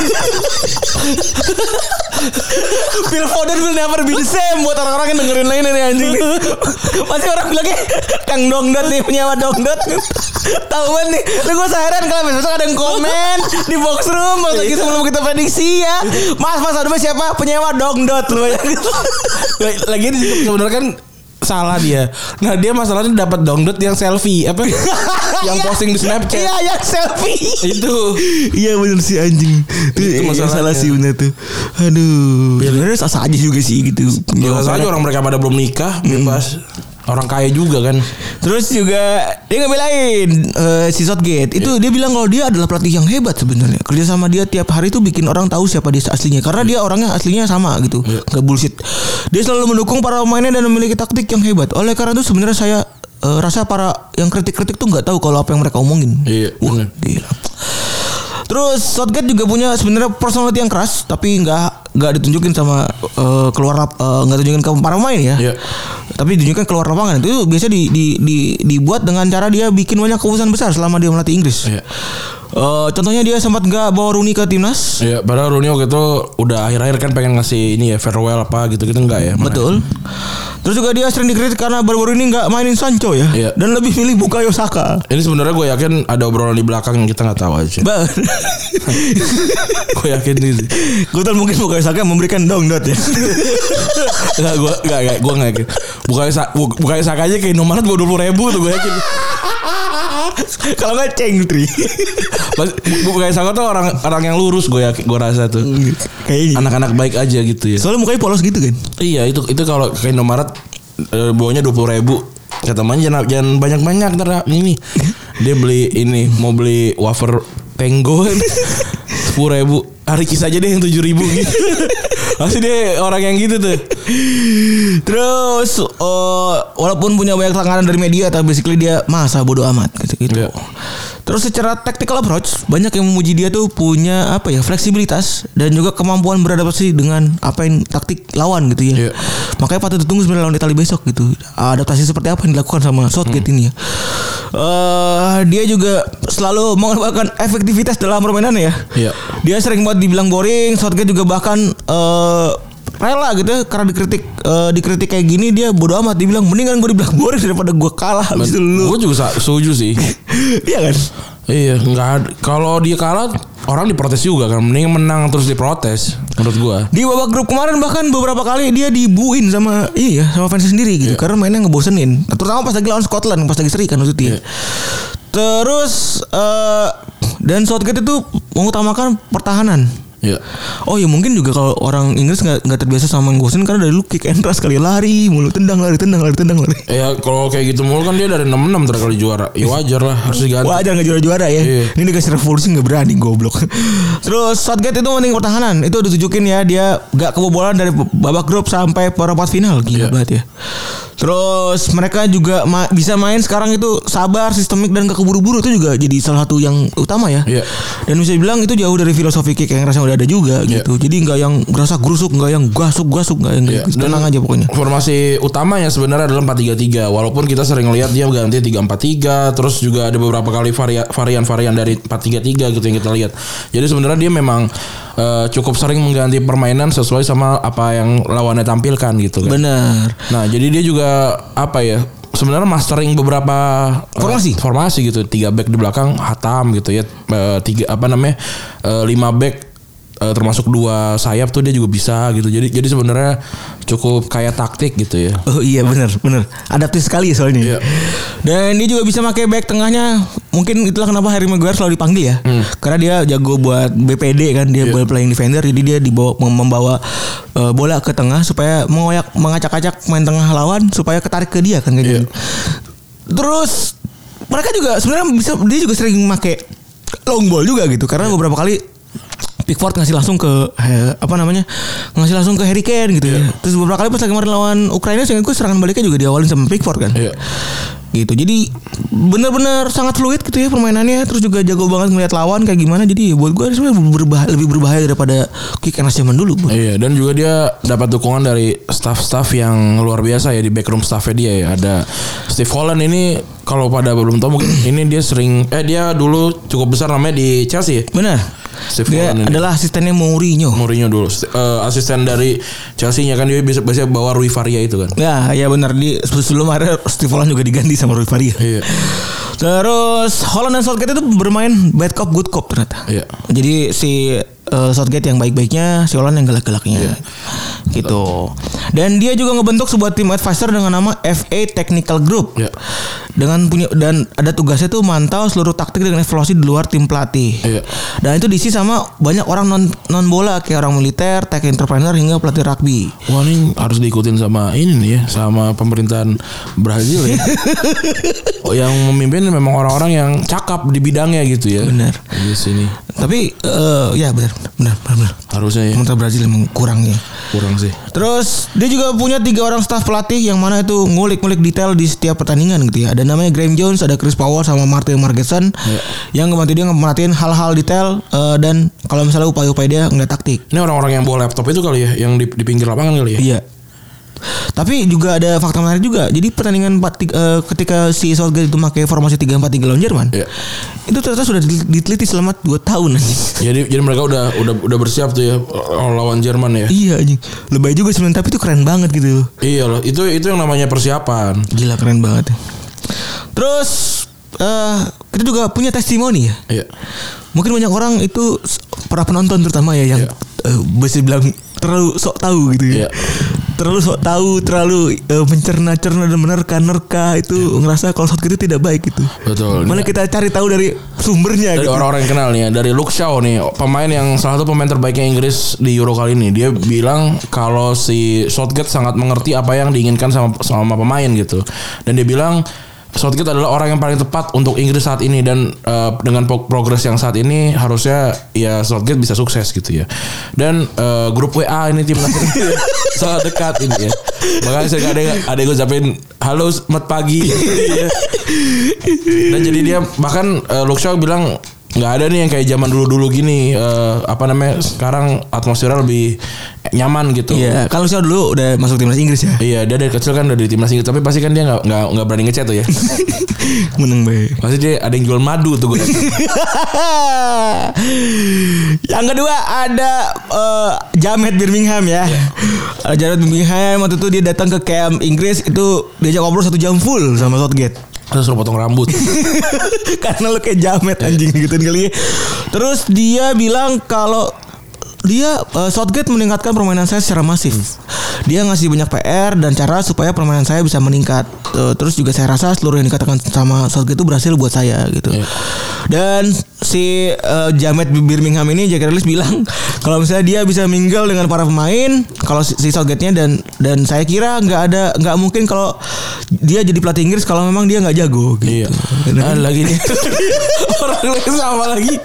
Phil Foden will never be the same buat orang-orang yang dengerin lain nih anjing. Masih orang bilangnya Kang Dongdot nih penyewa Dongdot. Tahu kan nih, lu gue heran kalau besok ada yang komen di box room waktu kita sebelum kita prediksi ya. Mas, mas aduh siapa penyewa Dongdot lu ya. Lagi sebenarnya kan salah dia. Nah dia masalahnya dapat Dongdot yang selfie apa? Yang posting di Snapchat. Iya yang selfie. Itu. Iya benar sih anjing. Itu, itu masalah sih benar tuh. Aduh. Sebenarnya sah aja juga sih gitu. Ya saja orang mereka pada belum nikah bebas. Hmm. Orang kaya juga kan. Terus juga dia ngebelain uh, si Southgate. Itu yeah. Dia bilang kalau dia adalah pelatih yang hebat sebenarnya. Kerja sama dia tiap hari tuh bikin orang tahu siapa dia aslinya. Karena yeah. Dia orangnya aslinya sama gitu. Yeah. Gak bullshit. Dia selalu mendukung para pemainnya dan memiliki taktik yang hebat. Oleh karena itu sebenarnya saya uh, rasa para yang kritik-kritik tuh nggak tahu kalau apa yang mereka omongin. Iya. Yeah. Wah, gila. Terus Southgate juga punya sebenarnya personality yang keras, tapi nggak nggak ditunjukin sama uh, keluar nggak uh, ditunjukin ke para pemain ya. Yeah. Tapi ditunjukkan keluar lapangan itu biasa di, di, di, dibuat dengan cara dia bikin banyak keputusan besar selama dia melatih Inggris. Yeah. Uh, contohnya dia sempat nggak bawa Rooney ke timnas. Iya, yeah, padahal Rooney waktu itu udah akhir-akhir kan pengen ngasih ini ya farewell apa gitu-gitu enggak ya. Betul. Terus juga dia sering dikritik karena baru-baru ini nggak mainin Sancho ya, yeah. Dan lebih milih Bukayo Saka. Ini sebenarnya gue yakin ada obrolan di belakang yang kita nggak tahu aja. Gue yakin itu. Gue tahu mungkin Bukayo Saka memberikan Dongdot ya. Nggak, gue nggak, gue nggak yakin. Bukayo Saka, Bukayo Saka aja kayak Indomaret gue dua puluh ribu tuh gue yakin. Kalau nggak cengtri. Bukayo Saka tuh orang orang yang lurus gue yakin, gue rasa tuh. Kayaknya anak-anak baik aja gitu ya. Soalnya mukanya polos gitu kan. Iya itu itu kalau ke Indomaret e, bawanya dua puluh ribu. Kata temannya jangan, jangan banyak-banyak ntar ini. Dia beli ini mau beli wafer Tenggo kan sepuluh ribu. Hari Kis aja deh yang tujuh ribu gitu. Masih deh orang yang gitu tuh. Terus uh, walaupun punya banyak langganan dari media, tapi basically dia masa bodo amat gitu-gitu. Yeah. Terus secara tactical approach, banyak yang memuji dia tuh punya apa ya, fleksibilitas dan juga kemampuan beradaptasi dengan apa yang taktik lawan gitu ya. Yeah. Makanya patut ditunggu sebenarnya lawan Italia besok gitu. Adaptasi seperti apa yang dilakukan sama Southgate hmm. ini ya. Uh, dia juga selalu mengembangkan efektivitas dalam permainannya ya. Yeah. Dia sering banget dibilang boring. Southgate juga bahkan uh, rela gitu ya, karena dikritik uh, dikritik kayak gini dia bodo amat, dibilang mendingan gue dibilang boring daripada gue kalah habis itu lu. Gue juga setuju sih. Iya kan? Iya, nggak, kalau dia kalah orang diprotes juga kan, mending menang terus diprotes menurut gue. Di babak grup kemarin bahkan beberapa kali dia dibuin sama iya sama fans sendiri gitu, yeah. Karena mainnya ngebosenin, terutama pas lagi lawan Scotland, pas lagi seri kan maksudnya. Yeah. Terus uh, dan Southgate itu mengutamakan pertahanan. Ya. Oh ya mungkin juga kalau orang Inggris nggak nggak terbiasa sama nggosin karena dari lu kick and rush kali, lari mulu, tendang lari tendang lari tendang lari. Ya kalau kayak gitu mulu kan dia dari enam enam terakhir juara. Ya wajar lah, harus diganti. Wajar nggak juara-juara ya. Iya. Ini dikasih revolusi nggak berani, goblok. Terus Southgate itu mending pertahanan. Itu udah tunjukin ya, dia nggak kebobolan dari babak grup sampai perempat final, gila yeah. banget ya. Terus mereka juga ma- bisa main sekarang itu sabar, sistemik dan gak keburu-buru, itu juga jadi salah satu yang utama ya. Yeah. Dan bisa dibilang itu jauh dari filosofi kick yang rasanya udah ada juga yeah. gitu. Jadi nggak yang gerasa gerusuk, nggak yang gasuk-gasuk, nggak yang yeah. gitu. Tenang aja pokoknya. Formasi utamanya sebenarnya adalah empat tiga tiga. Walaupun kita sering lihat dia ganti tiga empat tiga, terus juga ada beberapa kali varia- varian-varian dari empat tiga tiga gitu yang kita lihat. Jadi sebenarnya dia memang uh, cukup sering mengganti permainan sesuai sama apa yang lawannya tampilkan gitu kan. Benar. Nah, jadi dia juga apa ya, sebenarnya mastering beberapa formasi uh, formasi gitu, tiga back di belakang Hatam gitu ya, uh, tiga apa namanya uh, lima back uh, termasuk dua sayap tuh dia juga bisa gitu. Jadi jadi sebenarnya cukup kayak taktik gitu ya. Oh iya benar benar, adaptif sekali soalnya. Iya. Dan dia juga bisa pakai back tengahnya. Mungkin itulah kenapa Harry Maguire selalu dipanggil ya, hmm. karena dia jago buat B P D kan, dia yeah. ball playing defender, jadi dia dibawa membawa uh, bola ke tengah supaya mengoyak mengacak-acak main tengah lawan supaya ketarik ke dia kan kayak yeah. gitu. Terus mereka juga sebenarnya bisa, dia juga sering pakai long ball juga gitu, karena yeah. beberapa kali Pickford ngasih langsung ke eh, apa namanya ngasih langsung ke Harry Kane gitu yeah. ya. Terus beberapa kali pas kemarin lawan Ukraina, sehingga gue serangan baliknya juga diawalin sama Pickford kan. Yeah. Gitu. Jadi benar-benar sangat fluid gitu ya permainannya, terus juga jago banget ngeliat lawan kayak gimana. Jadi buat gue sebenarnya berbahaya, lebih berbahaya daripada kick and rush zaman dulu. Bro. Iya, dan juga dia dapat dukungan dari staff-staff yang luar biasa ya, di backroom staffnya dia ya. Ada Steve Holland ini, kalau pada belum tahu mungkin ini dia sering eh dia dulu cukup besar namanya di Chelsea ya. Benar. Steve dia Holland adalah ini. Asistennya Mourinho. Mourinho dulu uh, asisten dari Chelsea-nya kan, dia bisa biasa bawa Rui Faria itu kan. Ya, ya benar, di sebelum ada Steve Holland juga diganti sama Rui Faria. Iya. Terus Holland dan Southgate itu bermain bad cop good cop ternyata. Iya. Jadi si uh, Southgate yang baik-baiknya, si Holland yang galak-galaknya. Iya. Gitu. Dan dia juga ngebentuk sebuah tim advisor dengan nama F A Technical Group. Iya. Dengan punya, dan ada tugasnya tuh mantau seluruh taktik dengan evaluasi di luar tim pelatih. Iya. Dan itu diisi sama banyak orang non non bola, kayak orang militer, tech entrepreneur hingga pelatih rugby. Wah, ini harus diikutin sama ini nih ya, sama pemerintahan Brazil ya. Oh, yang memimpin memang orang-orang yang cakap di bidangnya gitu ya. Benar. Di sini. Tapi uh, ya benar, benar, benar. Harusnya ya. Pemerintah Brazil emang kurang ya. Kurang sih. Terus dia juga punya tiga orang staf pelatih yang mana itu ngulik-ngulik detail di setiap pertandingan gitu ya. Ada namanya Graham Jones, ada Chris Powell sama Martin Margetson ya. Yang ngebantu dia ngemerhatiin hal-hal detail uh, dan kalau misalnya upaya-upaya dia ngeliat taktik. Ini orang-orang yang bawa laptop itu kali ya, yang di, di pinggir lapangan kali ya. Iya. Tapi juga ada fakta menarik juga. Jadi pertandingan empat, uh, ketika si Southgate itu pakai formasi tiga empat tiga lawan Jerman, yeah. itu ternyata sudah diteliti selama dua tahun anjing. Jadi jadi mereka udah udah udah bersiap tuh ya lawan Jerman ya. Iya anjing. Lebay juga sebenarnya, tapi itu keren banget gitu. Iya loh, itu itu yang namanya persiapan. Gila, keren banget. Terus uh, kita juga punya testimoni ya. Iya. Mungkin banyak orang itu para penonton terutama ya yang yeah. uh, bisa bilang terlalu sok tahu gitu ya. Yeah. Terlalu sok tahu, terlalu uh, mencerna-cerna dan menerka-nerka itu yeah. ngerasa kalau Southgate itu tidak baik gitu. Betul. Malah kita cari tahu dari sumbernya dari gitu. Orang-orang yang kenal nih ya, dari Luke Shaw nih, pemain yang salah satu pemain terbaiknya Inggris di Euro kali ini. Dia bilang kalau si Southgate sangat mengerti apa yang diinginkan sama sama pemain gitu. Dan dia bilang Southgate adalah orang yang paling tepat untuk Inggris saat ini dan uh, dengan progres yang saat ini harusnya ya Southgate bisa sukses gitu ya. Dan uh, grup W A ini timnas ini sangat dekat ini ya. Makanya saya ada ada yang ngucapin halo selamat pagi gitu ya. Dan jadi dia bahkan uh, Luke Shaw bilang nggak ada nih yang kayak zaman dulu-dulu gini uh, apa namanya sekarang atmosfernya lebih nyaman gitu. Iya, kalau Shaw dulu udah masuk timnas Inggris ya. Iya, dia dari kecil kan udah di timnas Inggris tapi pasti kan dia nggak nggak nggak berani ngechat tuh ya. Meneng bae. Pasti dia ada yang jual madu tuh gue. Yang kedua ada uh, Jamet Birmingham ya. Yeah. Jamet Birmingham waktu itu dia datang ke camp Inggris itu diajak ngobrol satu jam full sama Southgate. Terus suruh potong rambut. Karena lu kayak Jamet anjing gitu kali. Terus dia bilang kalau dia uh, Southgate meningkatkan permainan saya secara masif. Dia ngasih banyak P R dan cara supaya permainan saya bisa meningkat. Uh, terus juga saya rasa seluruh yang dikatakan sama Southgate itu berhasil buat saya gitu. Yeah. Dan si uh, Jamet Birmingham ini Jack Grealish bilang kalau misalnya dia bisa mingle dengan para pemain, kalau si, si Southgate-nya dan dan saya kira nggak ada nggak mungkin kalau dia jadi pelatih Inggris kalau memang dia nggak jago. Gitu. Iya. Nah, lagi nih orang lagi sama lagi.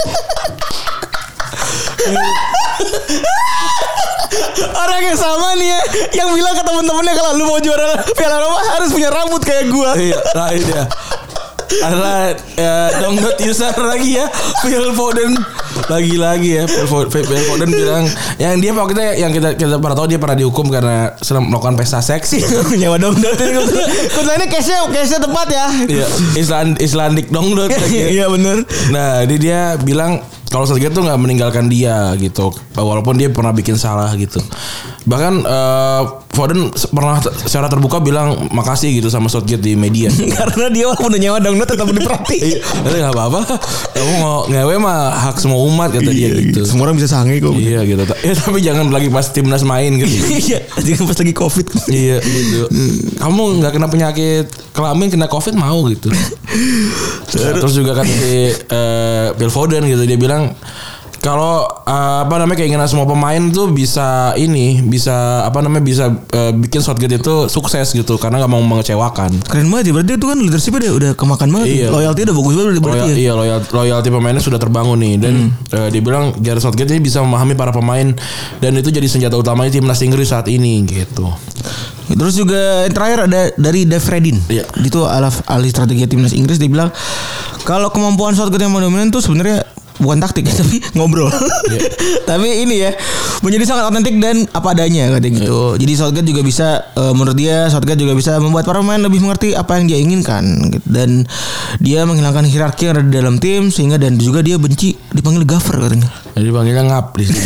Orang yang sama nih ya, yang bilang ke temen-temennya kalau lu mau juara Piala Eropa harus punya rambut kayak gua. Iya, nah itu ya. Adalah ya, download user lagi ya, Phil Foden lagi-lagi ya, Phil Foden bilang yang dia waktu kita yang kita kita pernah tahu dia pernah dihukum karena sedang melakukan pesta seks. Nyawa download. Kebetulan case-nya case-nya tepat ya. Iya, Island Icelandic download. Iya benar. Nah, ini dia bilang kalau Southgate tuh nggak meninggalkan dia gitu, walaupun dia pernah bikin salah gitu. Bahkan uh, Foden pernah secara terbuka bilang makasih gitu sama Southgate di media. Karena dia walaupun udah nyawa download tetap diperhatiin. Tapi nggak apa-apa, kamu mau ngewe mah hak semua umat kata dia gitu. Semua orang bisa sange kok. Iya gitu. Ya tapi jangan lagi pas timnas main gitu. Iya, jangan pas lagi Covid. Iya gitu. Kamu nggak kena penyakit kelamin, kena Covid mau gitu. Terus juga kan si uh, Phil Foden gitu dia bilang kalau uh, apa namanya keinginan semua pemain tuh bisa ini bisa apa namanya bisa uh, bikin Southgate itu sukses gitu karena nggak mau mengecewakan. Keren banget ya, berarti itu kan leadershipnya udah, udah kemakan banget. Iya. Loyalty udah bagus banget berarti. Loyal, ya. Iya loyal, loyalty pemainnya sudah terbangun nih dan hmm. uh, dia bilang Gareth Southgate ini bisa memahami para pemain dan itu jadi senjata utamanya timnas Inggris saat ini gitu. Terus juga yang terakhir ada dari Dave Redin. Iya. Itu ahli strategi timnas Inggris, dia bilang kalau kemampuan Southgate yang dominan tuh sebenarnya bukan taktik ya, tapi ngobrol. Yeah. Tapi ini ya menjadi sangat otentik dan apa adanya katanya gitu. Yeah. Jadi Southgate juga bisa uh, menurut dia Southgate juga bisa membuat para pemain lebih mengerti apa yang dia inginkan gitu. Dan dia menghilangkan hierarki yang ada di dalam tim sehingga dan juga dia benci dipanggil gaffer katanya. Jadi dipanggilnya ngap di sini.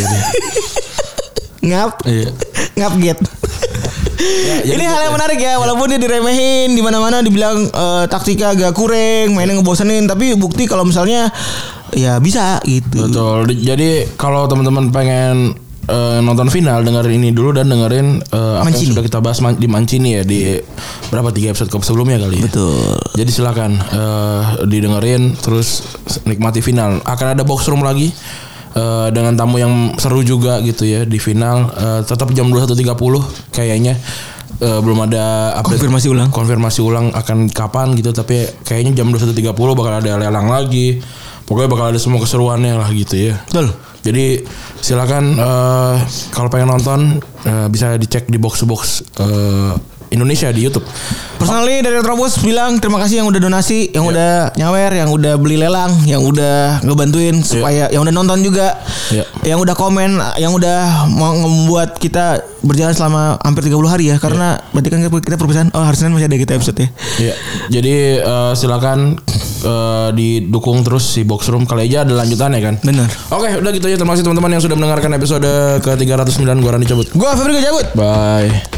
Ngap. Iya. Ngap get. Ya, ini hal yang menarik ya, walaupun dia diremehin di mana-mana dibilang uh, taktiknya agak kurang, mainnya ngebosenin, tapi bukti kalau misalnya ya bisa gitu. Betul. Jadi kalau teman-teman pengen uh, nonton final, dengerin ini dulu dan dengerin uh, apa yang sudah kita bahas man- di Mancini ya di berapa tiga episode sebelumnya kali ya. Betul. Jadi silakan uh, didengerin terus nikmati final. Akan ada box room lagi. Uh, dengan tamu yang seru juga gitu ya di final uh, tetap jam dua puluh satu tiga puluh kayaknya uh, belum ada update konfirmasi ulang konfirmasi ulang akan kapan gitu tapi kayaknya jam dua puluh satu tiga puluh bakal ada lelang lagi pokoknya bakal ada semua keseruannya lah gitu ya. Betul. Jadi silakan uh, kalau pengen nonton uh, bisa dicek di box-box uh, Indonesia di YouTube. Personally dari Retrobus bilang terima kasih yang udah donasi, yang yeah. udah nyawer, yang udah beli lelang, yang udah ngebantuin supaya yeah. yang udah nonton juga, yeah. yang udah komen, yang udah mau membuat kita berjalan selama hampir tiga puluh hari ya karena yeah. berarti kan kita perpisahan. Oh, hari Senin masih ada kita episode ya. Iya. Yeah. Jadi uh, silakan uh, didukung terus si Box Room kali aja ada lanjutannya kan. Benar. Oke, udah gitu aja terima kasih teman-teman yang sudah mendengarkan episode ke tiga ratus sembilan. Gua Rani cabut. Gua Febri cabut. Bye.